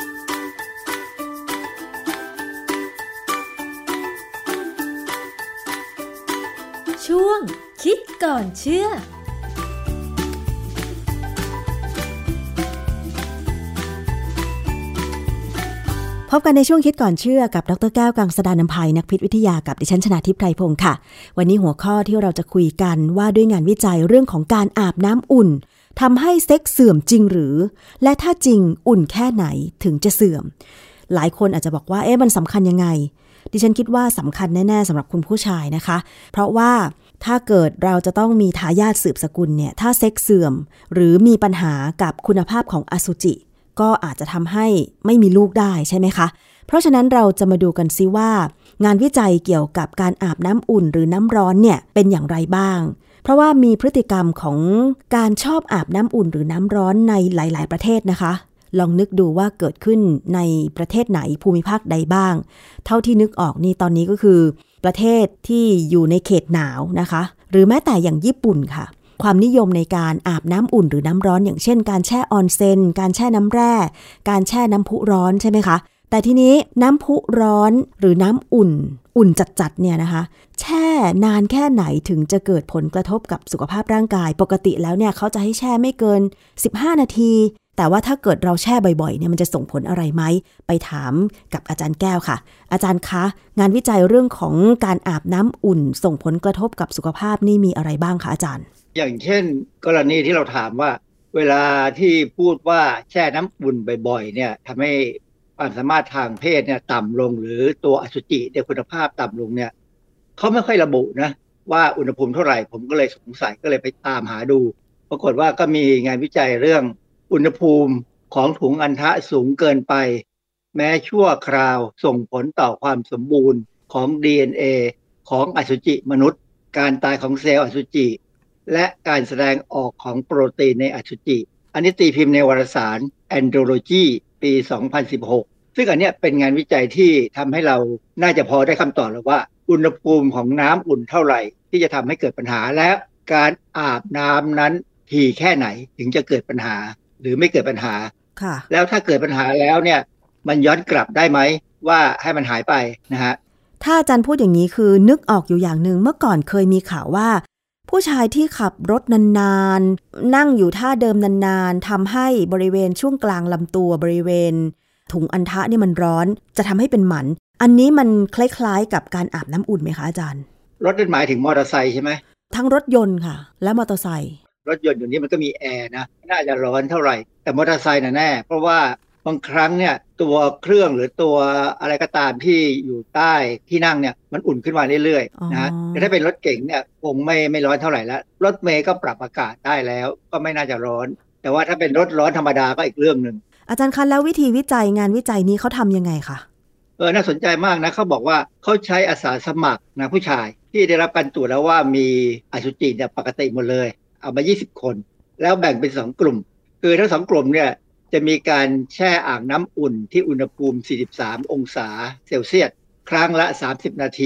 ช่วงคิดก่อนเชื่อพบกันในช่วงคิดก่อนเชื่อกับดร.แก้วกังสดาลอำไพนักพิษวิทยากับดิฉันชนาทิพย์ไพรพงศ์ค่ะวันนี้หัวข้อที่เราจะคุยกันว่าด้วยงานวิจัยเรื่องของการอาบน้ำอุ่นทำให้เซ็กเสื่อมจริงหรือและถ้าจริงอุ่นแค่ไหนถึงจะเสื่อมหลายคนอาจจะบอกว่ามันสำคัญยังไงดิฉันคิดว่าสำคัญแน่ๆสำหรับคุณผู้ชายนะคะเพราะว่าถ้าเกิดเราจะต้องมีทายาทสืบสกุลเนี่ยถ้าเซ็กเสื่อมหรือมีปัญหากับคุณภาพของอสุจิก็อาจจะทำให้ไม่มีลูกได้ใช่ไหมคะเพราะฉะนั้นเราจะมาดูกันซิว่างานวิจัยเกี่ยวกับการอาบน้ำอุ่นหรือน้ำร้อนเนี่ยเป็นอย่างไรบ้างเพราะว่ามีพฤติกรรมของการชอบอาบน้ำอุ่นหรือน้ำร้อนในหลายๆประเทศนะคะลองนึกดูว่าเกิดขึ้นในประเทศไหนภูมิภาคใดบ้างเท่าที่นึกออกนี่ตอนนี้ก็คือประเทศที่อยู่ในเขตหนาวนะคะหรือแม้แต่อย่างญี่ปุ่นค่ะความนิยมในการอาบน้ำอุ่นหรือน้ำร้อนอย่างเช่นการแช่ออนเซ็นการแช่น้ำแร่การแช่น้ำพุร้อนใช่ไหมคะแต่ทีนี้น้ำพุร้อนหรือน้ำอุ่นจัดๆเนี่ยนะคะแช่นานแค่ไหนถึงจะเกิดผลกระทบกับสุขภาพร่างกายปกติแล้วเนี่ยเขาจะให้แช่ไม่เกิน15 นาทีแต่ว่าถ้าเกิดเราแช่บ่อยๆเนี่ยมันจะส่งผลอะไรไหมไปถามกับอาจารย์แก้วค่ะอาจารย์คะงานวิจัยเรื่องของการอาบน้ำอุ่นส่งผลกระทบกับสุขภาพนี่มีอะไรบ้างคะอาจารย์อย่างเช่นกรณีที่เราถามว่าเวลาที่พูดว่าแช่น้ำอุ่นบ่อยๆเนี่ยทำให้ความสามารถทางเพศเนี่ยต่ำลงหรือตัวอสุจิเนี่ยคุณภาพต่ำลงเนี่ยเขาไม่ค่อยระบุนะว่าอุณหภูมิเท่าไหร่ผมก็เลยสงสัยก็เลยไปตามหาดูปรากฏว่าก็มีงานวิจัยเรื่องอุณหภูมิของถุงอัณฑะสูงเกินไปแม้ชั่วคราวส่งผลต่อความสมบูรณ์ของ DNA ของอสุจิมนุษย์การตายของเซลล์อสุจิและการแสดงออกของโปรตีนในอสุจิอันนี้ตีพิมพ์ในวารสาร Andrology ปี 2016 ซึ่งอันนี้เป็นงานวิจัยที่ทำให้เราน่าจะพอได้คำตอบแล้วว่าอุณหภูมิของน้ำอุ่นเท่าไหร่ที่จะทำให้เกิดปัญหาและการอาบน้ำนั้นถี่แค่ไหนถึงจะเกิดปัญหาหรือไม่เกิดปัญหาแล้วถ้าเกิดปัญหาแล้วเนี่ยมันย้อนกลับได้ไหมว่าให้มันหายไปนะฮะถ้าอาจารย์พูดอย่างนี้คือนึกออกอยู่อย่างหนึ่งเมื่อก่อนเคยมีข่าวว่าผู้ชายที่ขับรถนานๆนั่งอยู่ท่าเดิมนานๆทำให้บริเวณช่วงกลางลำตัวบริเวณถุงอัณฑะนี่มันร้อนจะทำให้เป็นหมันอันนี้มันคล้ายๆกับการอาบน้ำอุ่นไหมคะอาจารย์รถนั่นหมายถึงมอเตอร์ไซค์ใช่ไหมทั้งรถยนต์ค่ะและมอเตอร์ไซค์รถยนต์อยู่นี้มันก็มีแอร์นะน่าจะร้อนเท่าไหร่แต่มอเตอร์ไซค์น่ะแน่เพราะว่าบางครั้งเนี่ยตัวเครื่องหรือตัวอะไรก็ตามที่อยู่ใต้ที่นั่งเนี่ยมันอุ่นขึ้นมาเรื่อยๆนะแต่ถ้าเป็นรถเก๋งเนี่ยคงไม่ร้อนเท่าไหร่แล้วรถเมล์ก็ปรับอากาศได้แล้วก็ไม่น่าจะร้อนแต่ว่าถ้าเป็นรถร้อนธรรมดาก็อีกเรื่องนึงอาจารย์คะแล้ววิธีวิจัยงานวิจัยนี้เขาทำยังไงคะน่าสนใจมากนะเขาบอกว่าเขาใช้อาสาสมัครนะผู้ชายที่ได้รับการตรวจแล้วว่ามีอสุจิเนี่ยปกติหมดเลยเอามา20 คนแล้วแบ่งเป็น2กลุ่มคือทั้ง2กลุ่มเนี่ยจะมีการแช่อ่างน้ำอุ่นที่อุณหภูมิ43 องศาเซลเซียสครั้งละ30 นาที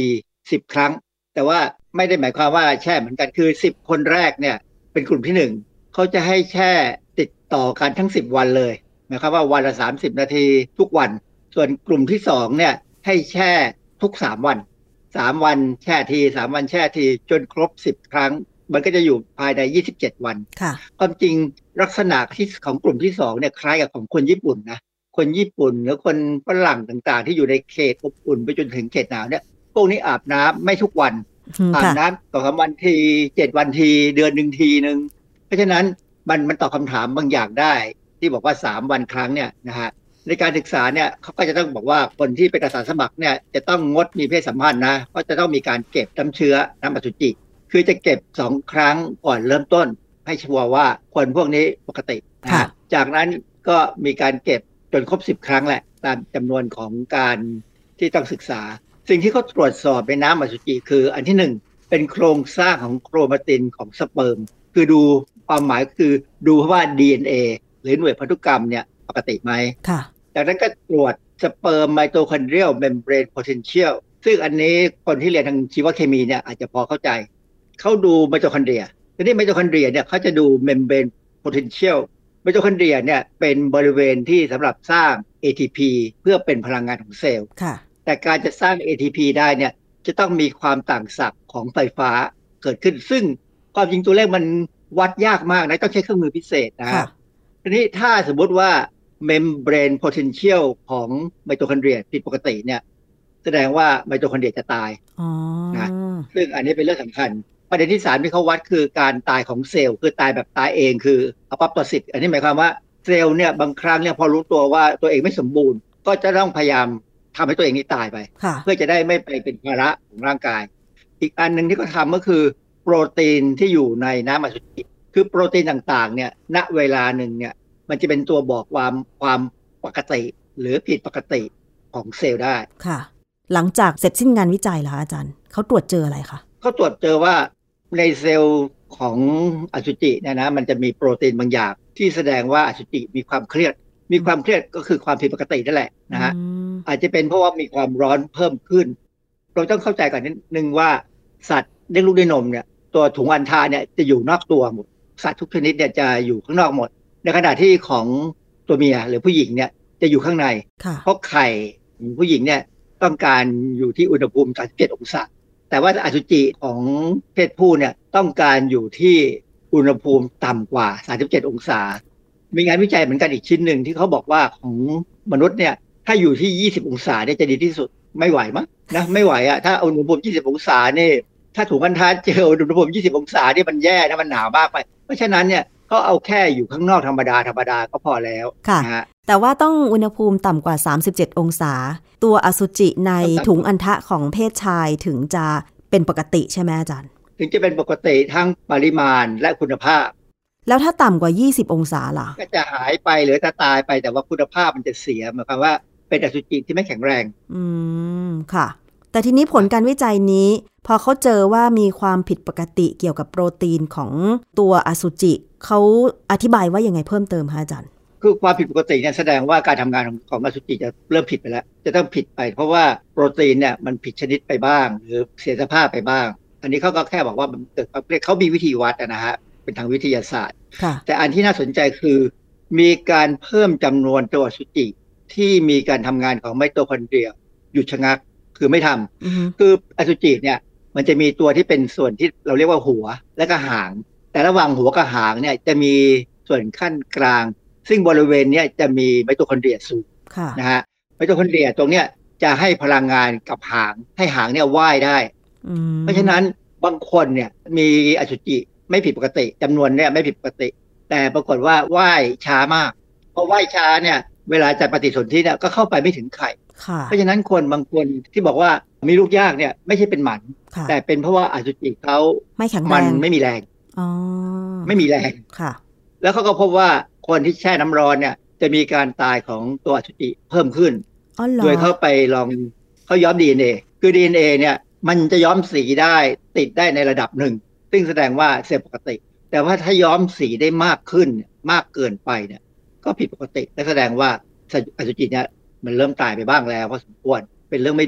10 ครั้งแต่ว่าไม่ได้หมายความว่าแช่เหมือนกันคือ10 คนแรกเนี่ยเป็นกลุ่มที่1เขาจะให้แช่ติดต่อกันทั้ง10 วันเลยหมายความว่าวันละ30 นาทีทุกวันส่วนกลุ่มที่2เนี่ยให้แช่ทุก3 วัน3 วันแช่ที3 วันแช่ทีจนครบ10 ครั้งมันก็จะอยู่ภายใน27 วันความจริงลักษณะที่ของกลุ่มที่2เนี่ยคล้ายกับของคนญี่ปุ่นนะคนญี่ปุ่นหรือคนฝรั่งต่างๆที่อยู่ในเขตอบอุ่นไปจนถึงเขตหนาวเนี่ยพวกนี้อาบน้ำไม่ทุกวันอาบน้ำ2-3 วันที7 วันทีเดือนหนึ่งทีนึงเพราะฉะนั้นมันตอบคำถามบางอย่างได้ที่บอกว่า3 วันครั้งเนี่ยนะฮะในการศึกษาเนี่ยเขาก็จะต้องบอกว่าคนที่เป็นอาสาสมัครเนี่ยจะต้องงดมีเพศสัมพันธ์นะเพราะจะต้องมีการเก็บน้ำเชื้อน้ำอสุจิคือจะเก็บ2 ครั้งก่อนเริ่มต้นให้ชัวร์ว่าคนพวกนี้ปกตินะจากนั้นก็มีการเก็บจนครบ10 ครั้งแหละตามจำนวนของการที่ต้องศึกษาสิ่งที่เขาตรวจสอบในน้ำอสุจิคืออันที่1เป็นโครงสร้างของโครมาตินของสเปิร์มคือดูความหมายคือดูว่า DNA หรือหน่วยพันธุกรรมเนี่ยปกติไหมจากนั้นก็ตรวจสเปิร์มไมโตคอนเดรียลเมมเบรนโพเทนเชียลซึ่งอันนี้คนที่เรียนทางชีวเคมีเนี่ยอาจจะพอเข้าใจเขาดูไมโตคอนเดรียทีนี้ไมโตคอนเดรียเนี่ยเขาจะดูเมมเบรนโพเทนเชียลไมโตคอนเดรียเนี่ยเป็นบริเวณที่สำหรับสร้าง ATP เพื่อเป็นพลังงานของเซลล์แต่การจะสร้าง ATP ได้เนี่ยจะต้องมีความต่างศักย์ของไฟฟ้าเกิดขึ้นซึ่งความจริงตัวเลขมันวัดยากมากนะต้องใช้เครื่องมือพิเศษนะครับทีนี้ถ้าสมมติว่า membrane potential ของไมโตคอนเดรียผิดปกติเนี่ยแสดงว่าไมโตคอนเดรียจะตายนะซึ่งอันนี้เป็นเรื่องสำคัญประเด็นที่3ที่เขาวัดคือการตายของเซลล์คือตายแบบตายเองคืออะปอปโตซิสอันนี้หมายความว่าเซลล์เนี่ยบางครั้งเนี่ยพอรู้ตัวว่าตัวเองไม่สมบูรณ์ก็จะต้องพยายามทำให้ตัวเองนี้ตายไปเพื่อจะได้ไม่ไปเป็นภาระของร่างกายอีกอันนึงที่เขาทำก็คือโปรตีนที่อยู่ในน้ำอสุจิคือโปรตีนต่างๆเนี่ยณเวลาหนึ่งเนี่ยมันจะเป็นตัวบอกความปกติหรือผิดปกติของเซลล์ได้ค่ะหลังจากเสร็จสิ้นงานวิจัยแล้วอาจารย์เขาตรวจเจออะไรคะเขาตรวจเจอว่าในเซลล์ของอสุจิเนี่ยนะมันจะมีโปรตีนบางอย่างที่แสดงว่าอสุจิมีความเครียดก็คือความผิดปกตินั่นแหละนะฮะอาจจะเป็นเพราะว่ามีความร้อนเพิ่มขึ้นเราต้องเข้าใจก่อนนิดนึงว่าสัตว์เลี้ยงลูกด้วยนมเนี่ยตัวถุงอัณฑะเนี่ยจะอยู่นอกตัวหมดสัตว์ทุกชนิดเนี่ยจะอยู่ข้างนอกหมดในขณะที่ของตัวเมียหรือผู้หญิงเนี่ยจะอยู่ข้างในเพราะไข่ของผู้หญิงเนี่ยต้องการอยู่ที่อุณหภูมิ37 องศาแต่ว่าอสุจิของเพศผู้เนี่ยต้องการอยู่ที่อุณหภูมิต่ำกว่า37 องศามีงานวิจัยเหมือนกันอีกชิ้นหนึ่งที่เขาบอกว่าของมนุษย์เนี่ยถ้าอยู่ที่20 องศาเนี่ยจะดีที่สุดไม่ไหวมั้งนะไม่ไหวอะถ้าอุณหภูมิ20 องศานี่ถ้าถุงอัณฑะเจออุณหภูมิ20 องศานี่มันแย่นะมันหนาวมากไปเพราะฉะนั้นเนี่ยก็เอาแค่อยู่ข้างนอกธรรมดาก็พอแล้วค่ะแต่ว่าต้องอุณหภูมิต่ำกว่า37 องศาตัวอสุจิในถุงอัณฑะของเพศชายถึงจะเป็นปกติใช่ไหมอาจารย์ถึงจะเป็นปกติทั้งปริมาณและคุณภาพแล้วถ้าต่ำกว่า20 องศาล่ะก็จะหายไปหรือถ้าตายไปแต่ว่าคุณภาพมันจะเสียหมายความว่าเป็นอสุจิที่ไม่แข็งแรงค่ะแต่ทีนี้ผลการวิจัยนี้พอเขาเจอว่ามีความผิดปกติเกี่ยวกับโปรตีนของตัวอสุจิเขาอธิบายว่ายังไงเพิ่มเติมคะอาจารย์คือความผิดปกติเนี่ยแสดงว่าการทำงานของอสุจิจะเริ่มผิดไปแล้วจะต้องผิดไปเพราะว่าโปรตีนเนี่ยมันผิดชนิดไปบ้างหรือเสียสภาพไปบ้างอันนี้เขาก็แค่บอกว่ามันเกิดความเครียดเขามีวิธีวัดนะฮะเป็นทางวิทยาศาสตร์แต่อันที่น่าสนใจคือมีการเพิ่มจำนวนตัวอสุจิที่มีการทำงานของไมโตคอนเดรียหยุดชะงักคือไม่ทำคืออสุจิเนี่ยมันจะมีตัวที่เป็นส่วนที่เราเรียกว่าหัวและก็หางแต่ระหว่างหัวกับหางเนี่ยจะมีส่วนขั้นกลางซึ่งบริเวณนี้จะมีไมโตคอนเดรียสูงนะฮะไมโตคอนเดรียตรงเนี้ยจะให้พลังงานกับหางให้หางเนี่ยว่ายได้เพราะฉะนั้นบางคนเนี่ยมีอสุจิไม่ผิดปกติจำนวนเนี่ยไม่ผิดปกติแต่ปรากฏว่าว่ายช้ามากพอว่ายช้าเนี่ยเวลาจะปฏิสนธิเนี่ยก็เข้าไปไม่ถึงไข่เพราะฉะนั้นคนบางคนที่บอกว่ามีลูกยากเนี่ยไม่ใช่เป็นหมันแต่เป็นเพราะว่าอสุจิเขาไม่แข็งแรงมันไม่มีแรงไม่มีแรงแล้วเขาก็พบว่าคนที่แช่น้ำร้อนเนี่ยจะมีการตายของตัวอสุจิเพิ่มขึ้นโดยเขาไปลองเขาย้อม DNA คือ DNA เนี่ยมันจะย้อมสีได้ติดได้ในระดับหนึ่งซึ่งแสดงว่าเซลล์ปกติแต่ว่าถ้าย้อมสีได้มากขึ้นมากเกินไปเนี่ยก็ผิดปกติและแสดงว่าอสุจิเนี่ยมันเริ่มตายไปบ้างแล้วพอสมควรเป็นเรื่องไม่ดี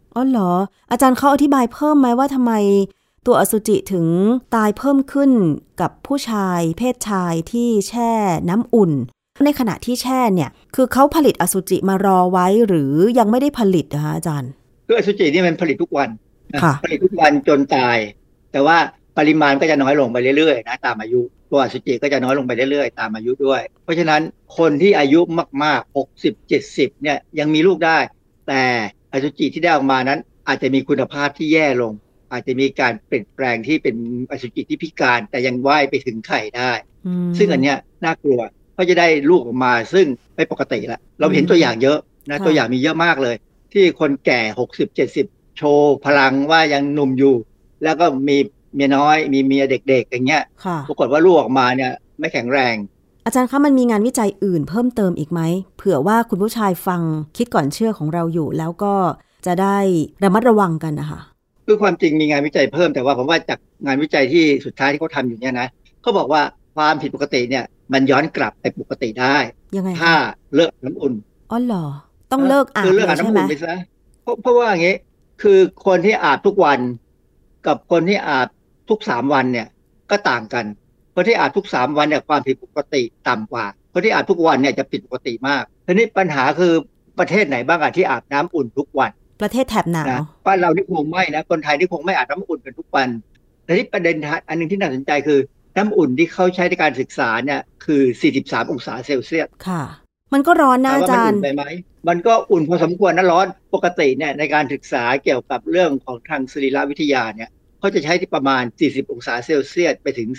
อ๋อเหรออาจารย์เขาอธิบายเพิ่มไหมว่าทำไมตัวอสุจิถึงตายเพิ่มขึ้นกับผู้ชายเพศชายที่แช่น้ำอุ่นในขณะที่แช่เนี่ยคือเขาผลิตอสุจิมารอไว้หรือยังไม่ได้ผลิตนะคะอาจารย์คืออสุจินี่มันผลิตทุกวันนะผลิตทุกวันจนตายแต่ว่าปริมาณก็จะน้อยลงไปเรื่อยๆนะตามอายุตัวอสุจิก็จะน้อยลงไปเรื่อยๆตามอายุด้วยเพราะฉะนั้นคนที่อายุมากๆ60-70เนี่ยยังมีลูกได้แต่อสุจิที่ได้ออกมานั้นอาจจะมีคุณภาพที่แย่ลงอาจจะมีการเปลี่ยนแปลงที่เป็นอสุจิที่พิการแต่ยังว่ายไปถึงไข่ได้ซึ่งอันเนี้ยน่ากลัวเพราะจะได้ลูกออกมาซึ่งไม่ปกติละเราเห็นตัวอย่างเยอะนะตัวอย่างมีเยอะมากเลยที่คนแก่60-70โชว์พลังว่ายังหนุ่มอยู่แล้วก็มีเมียน้อยมีเมียเด็กๆอย่างเงี้ยปรากฏว่าลูกออกมาเนี่ยไม่แข็งแรงอาจารย์คะมันมีงานวิจัยอื่นเพิ่มเติมอีกไหมเผื่อว่าคุณผู้ชายฟังคิดก่อนเชื่อของเราอยู่แล้วก็จะได้ระมัดระวังกันนะคะคือความจริงมีงานวิจัยเพิ่มแต่ว่าผมว่าจากงานวิจัยที่สุดท้ายที่เขาทำอยู่เนี่ยนะเขาบอกว่าความผิดปกติเนี่ยมันย้อนกลับไปปกติได้ยังไงถ้าเลิกน้ำอุ่นอ๋อเหรอต้องเลิกอาบคือเลิกอาบน้ำอุ่นไปซะเพราะว่าอย่างงี้คือคนที่อาบทุกวันกับคนที่อาบทุก3วันเนี่ยก็ต่างกันคนที่อาบทุก3วันเนี่ยความผิดปกติต่ำกว่าคนที่อาบทุกวันเนี่ยจะผิดปกติมากทีนี้ปัญหาคือประเทศไหนบ้างที่อาบน้ำอุ่นทุกวันประเทศแถบหนาวบ้านเรานี่คงไม่นะคนไทยนี่คงไม่อาบน้ำอุ่นกันทุกวันแต่ที่ประเด็นอันนึงที่น่าสนใจคือน้ำอุ่นที่เขาใช้ในการศึกษาเนี่ยคือ43องศาเซลเซียสค่ะมันก็ร้อนนะอาจารย์มันก็อุ่นพอสมควรนะร้อนปกติเนี่ยในการศึกษาเกี่ยวกับเรื่องของทางสรีรวิทยาเนี่ยเขาจะใช้ที่ประมาณ40องศาเซลเซียสไปถึง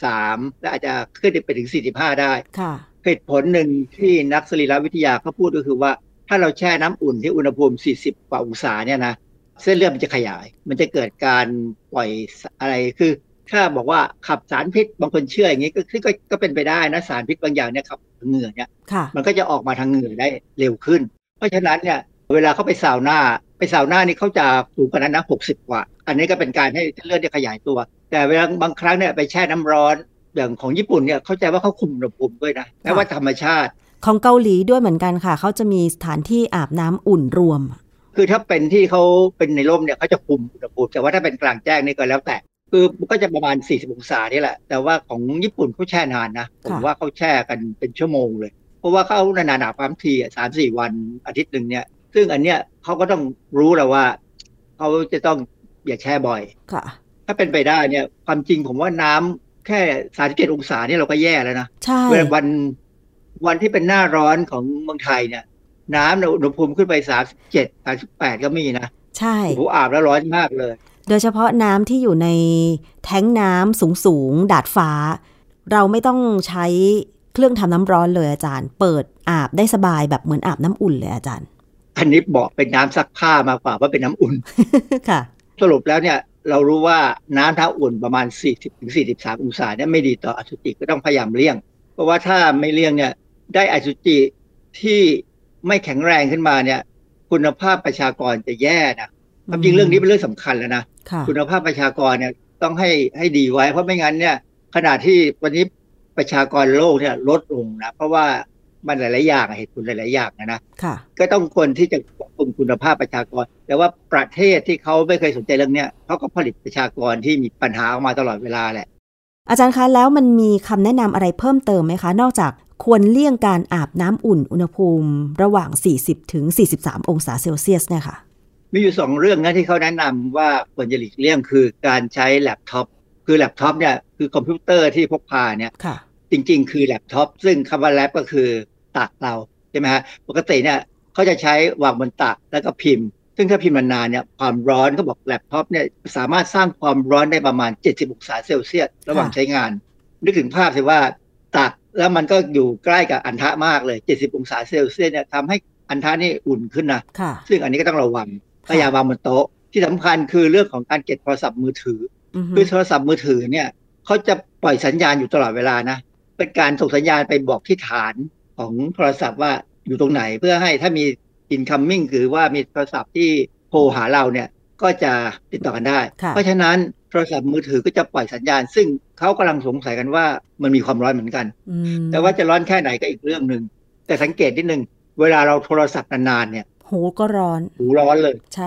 43และอาจจะขึ้นไปถึง45ได้ค่ะเหตุผลหนึ่งที่นักสรีรวิทยาเขาพูดก็คือว่าถ้าเราแช่น้ำอุ่นที่อุณหภูมิ40กว่าองศาเนี่ยนะเส้นเลือดมันจะขยายมันจะเกิดการปล่อยอะไรคือถ้าบอกว่าขับสารพิษบางคนเชื่ออย่างนี้ก็เป็นไปได้นะสารพิษบางอย่างเนี่ยขับเหงื่อเนี่ยมันก็จะออกมาทางเหงื่อได้เร็วขึ้นเพราะฉะนั้นเนี่ยเวลาเขาไปซาวน่านี่เขาจะสูงกว่านั้นนะ60กว่าอันนี้ก็เป็นการให้เลือดขยายตัวแต่เวลาบางครั้งเนี่ยไปแช่น้ำร้อนอย่างของญี่ปุ่นเนี่ยเข้าใจว่าเขาคุมอุณหภูมิด้วยนะแม้ว่าธรรมชาติของเกาหลีด้วยเหมือนกันค่ะเขาจะมีสถานที่อาบน้ำอุ่นรวมคือถ้าเป็นที่เขาเป็นในร่มเนี่ยเขาจะคุมอุณหภูมิแต่ว่าถ้าเป็นกลางแจ้งนี่ก็แล้วแต่คือก็จะประมาณ40องศานี่แหละแต่ว่าของญี่ปุ่นเขาแช่นานนะผมว่าเขาแช่กันเป็นชั่วโมงเลยเพราะว่าเขานานๆความที3-4วันอาทิตย์นึงเนี่ยซึ่งอันเนี้ยเขาก็ต้องรู้แล้วว่าเขาจะต้องอย่าแช่บ่อยค่ะถ้าเป็นไปได้เนี่ยความจริงผมว่าน้ำแค่37องศานี่เราก็แย่แล้วนะใช่วันที่เป็นหน้าร้อนของเมืองไทยเนี่ยน้ำอุณหภูมิขึ้นไป37-38ก็มีนะใช่โอ้โหอาบแล้วร้อนมากเลยโดยเฉพาะน้ำที่อยู่ในแท้งน้ำสูงๆดาดฟ้าเราไม่ต้องใช้เครื่องทำน้ำร้อนเลยอาจารย์เปิดอาบได้สบายแบบเหมือนอาบน้ำอุ่นเลยอาจารย์อันนี้บอกเป็นน้ำซักผ้ามากกว่าว่าเป็นน้ำอุ่นค่ะสรุปแล้วเนี่ยเรารู้ว่าน้ำถ้าอุ่นประมาณ40-43องศาเนี่ยไม่ดีต่ออสุจิก็ต้องพยายามเลี่ยงเพราะว่าถ้าไม่เลี่ยงเนี่ยได้อสุจิที่ไม่แข็งแรงขึ้นมาเนี่ยคุณภาพประชากรจะแย่นะความจริงเรื่องนี้เป็นเรื่องสำคัญแล้วนะคุณภาพประชากรเนี่ยต้องให้ดีไว้เพราะไม่งั้นเนี่ยขณะที่วันนี้ประชากรโลกเนี่ยลดลงนะเพราะว่ามันหลายๆอย่างเหตุผลหลายๆอย่างนะก็ต้องคนที่จะควบคุมคุณภาพประชากรแต่ว่าประเทศที่เขาไม่เคยสนใจเรื่องนี้เขาก็ผลิตประชากรที่มีปัญหาออกมาตลอดเวลาแหละอาจารย์คะแล้วมันมีคำแนะนำอะไรเพิ่มเติมไหมคะนอกจากควรเลี่ยงการอาบน้ำอุ่นอุณหภูมิระหว่าง40-43องศาเซลเซียสเนี่ยค่ะมีอยู่2เรื่องนะที่เขาแนะนำว่าควรจะหลีกเลี่ยงคือการใช้แล็ปท็อปคือแล็ปท็อปเนี่ยคือคอมพิวเตอร์ที่พกพาเนี่ยจริงๆคือแล็ปท็อปซึ่งคำว่าแล็ปก็คือตักเราใช่ไหมฮะปกติเนี่ยเขาจะใช้วางบนตักแล้วก็พิมพ์ซึ่งถ้าพิมพ์นานๆเนี่ยความร้อนเขาบอกแล็ปท็อปเนี่ยสามารถสร้างความร้อนได้ประมาณ70องศาเซลเซียสระหว่างใช้งานนึกถึงภาพสิว่าตักแล้วมันก็อยู่ใกล้กับอันทะมากเลย70องศาเซลเซียสเนี่ยทำให้อันทะนี่อุ่นขึ้นนะซึ่งอันนี้ก็ต้องระวังพยายามวางบนโต๊ะที่สำคัญคือเรื่องของการเก็บโทรศัพท์มือถือคือโทรศัพท์มือถือเนี่ยเขาจะปล่อยสัญญาณอยู่ตลอดเวลานะเป็นการส่งสัญญาณไปบอกที่ฐานของโทรศัพท์ว่าอยู่ตรงไหนเพื่อให้ถ้ามี incoming คือว่ามีโทรศัพท์ที่โทรหาเราเนี่ยก็จะติดต่อกันได้เพราะฉะนั้นโทรศัพท์มือถือก็จะปล่อยสัญญาณซึ่งเขากำลังสงสัยกันว่ามันมีความร้อนเหมือนกันแต่ว่าจะร้อนแค่ไหนก็อีกเรื่องนึงแต่สังเกตนิดนึงเวลาเราโทรศัพท์นานๆเนี่ยหูก็ร้อนหูร้อนเลยใช่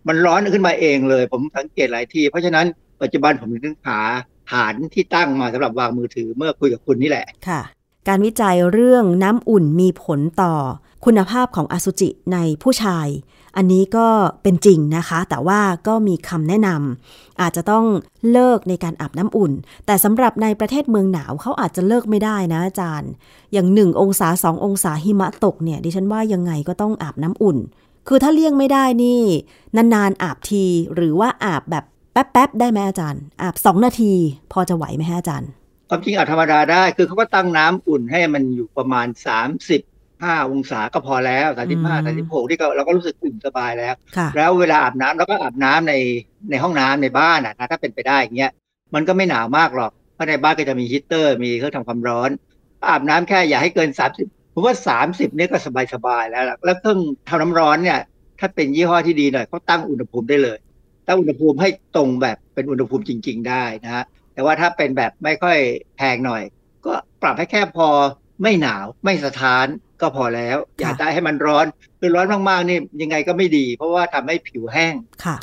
มันร้อนขึ้นมาเองเลยผมสังเกตหลายที่เพราะฉะนั้นปัจจุบันผมถึงหาฐานที่ตั้งมาสำหรับวางมือถือเมื่อคุยกับคุณนี่แหละค่ะการวิจัยเรื่องน้ำอุ่นมีผลต่อคุณภาพของอสุจิในผู้ชายอันนี้ก็เป็นจริงนะคะแต่ว่าก็มีคำแนะนำอาจจะต้องเลิกในการอาบน้ำอุ่นแต่สำหรับในประเทศเมืองหนาวเขาอาจจะเลิกไม่ได้นะอาจารย์อย่าง1 องศา 2 องศาหิมะตกเนี่ยดิฉันว่ายังไงก็ต้องอาบน้ำอุ่นคือถ้าเลี่ยงไม่ได้นี่นานๆอาบทีหรือว่าอาบแบบแป๊บๆได้ไหมอาจารย์อาบ2 นาทีพอจะไหวไหมฮะอาจารย์ความจริงอาบธรรมดาได้คือเขาก็ตั้งน้ำอุ่นให้มันอยู่ประมาณ35 องศาก็พอแล้ว35 36ที่เราก็รู้สึกอุ่นสบายแล้วเวลาอาบน้ำเราก็อาบน้ำในห้องน้ำในบ้านนะถ้าเป็นไปได้อย่างเงี้ยมันก็ไม่หนาวมากหรอกเพราะในบ้านก็จะมีฮีตเตอร์มีเครื่องทำความร้อนอาบน้ำแค่อย่าให้เกิน30ผมว่า30เนี่ยก็สบายแล้วเครื่องทำน้ำร้อนเนี่ยถ้าเป็นยี่ห้อที่ดีหน่อยเขาตั้งอุณหภูมิได้เลยตั้งอุณหภูมิให้ตรงแบบเป็นอุณหภูมิจริงๆได้นะฮะแต่ว่าถ้าเป็นแบบไม่ค่อยแพงหน่อยก็ปรับให้แค่พอไม่หนาวไม่สะท้านก็พอแล้วอย่าได้ให้มันร้อนคือร้อนมากๆนี่ยังไงก็ไม่ดีเพราะว่าทำให้ผิวแห้งค่ะ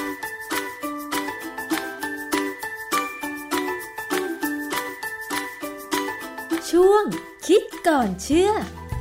ช่วงคิดก่อนเชื่อ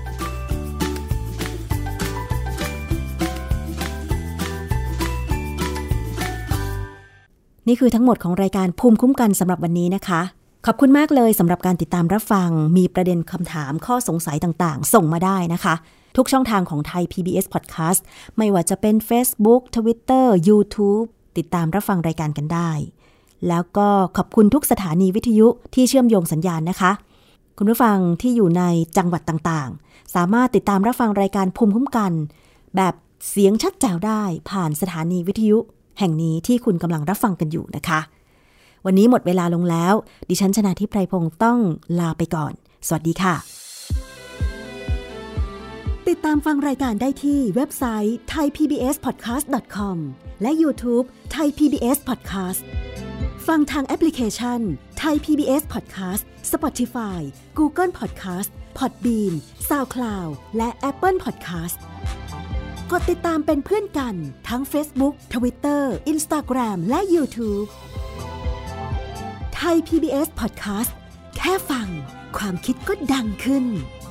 นี่คือทั้งหมดของรายการภูมิคุ้มกันสำหรับวันนี้นะคะขอบคุณมากเลยสำหรับการติดตามรับฟังมีประเด็นคำถามข้อสงสัยต่างๆส่งมาได้นะคะทุกช่องทางของไทย PBS Podcast ไม่ว่าจะเป็น Facebook Twitter YouTube ติดตามรับฟังรายการกันได้แล้วก็ขอบคุณทุกสถานีวิทยุที่เชื่อมโยงสัญญาณนะคะคุณผู้ฟังที่อยู่ในจังหวัดต่างๆสามารถติดตามรับฟังรายการภูมิคุ้มกันแบบเสียงชัดแจ๋วได้ผ่านสถานีวิทยุแห่งนี้ที่คุณกำลังรับฟังกันอยู่นะคะวันนี้หมดเวลาลงแล้วดิฉันชนาธิป ไพรพงศ์ต้องลาไปก่อนสวัสดีค่ะติดตามฟังรายการได้ที่เว็บไซต์ thaipbspodcast.com และ YouTube Thai PBS Podcast ฟังทางแอปพลิเคชัน Thai PBS Podcast Spotify Google Podcast Podbean SoundCloud และ Apple Podcastกดติดตามเป็นเพื่อนกันทั้ง Facebook Twitter Instagram และ YouTube Thai PBS Podcast แค่ฟังความคิดก็ดังขึ้น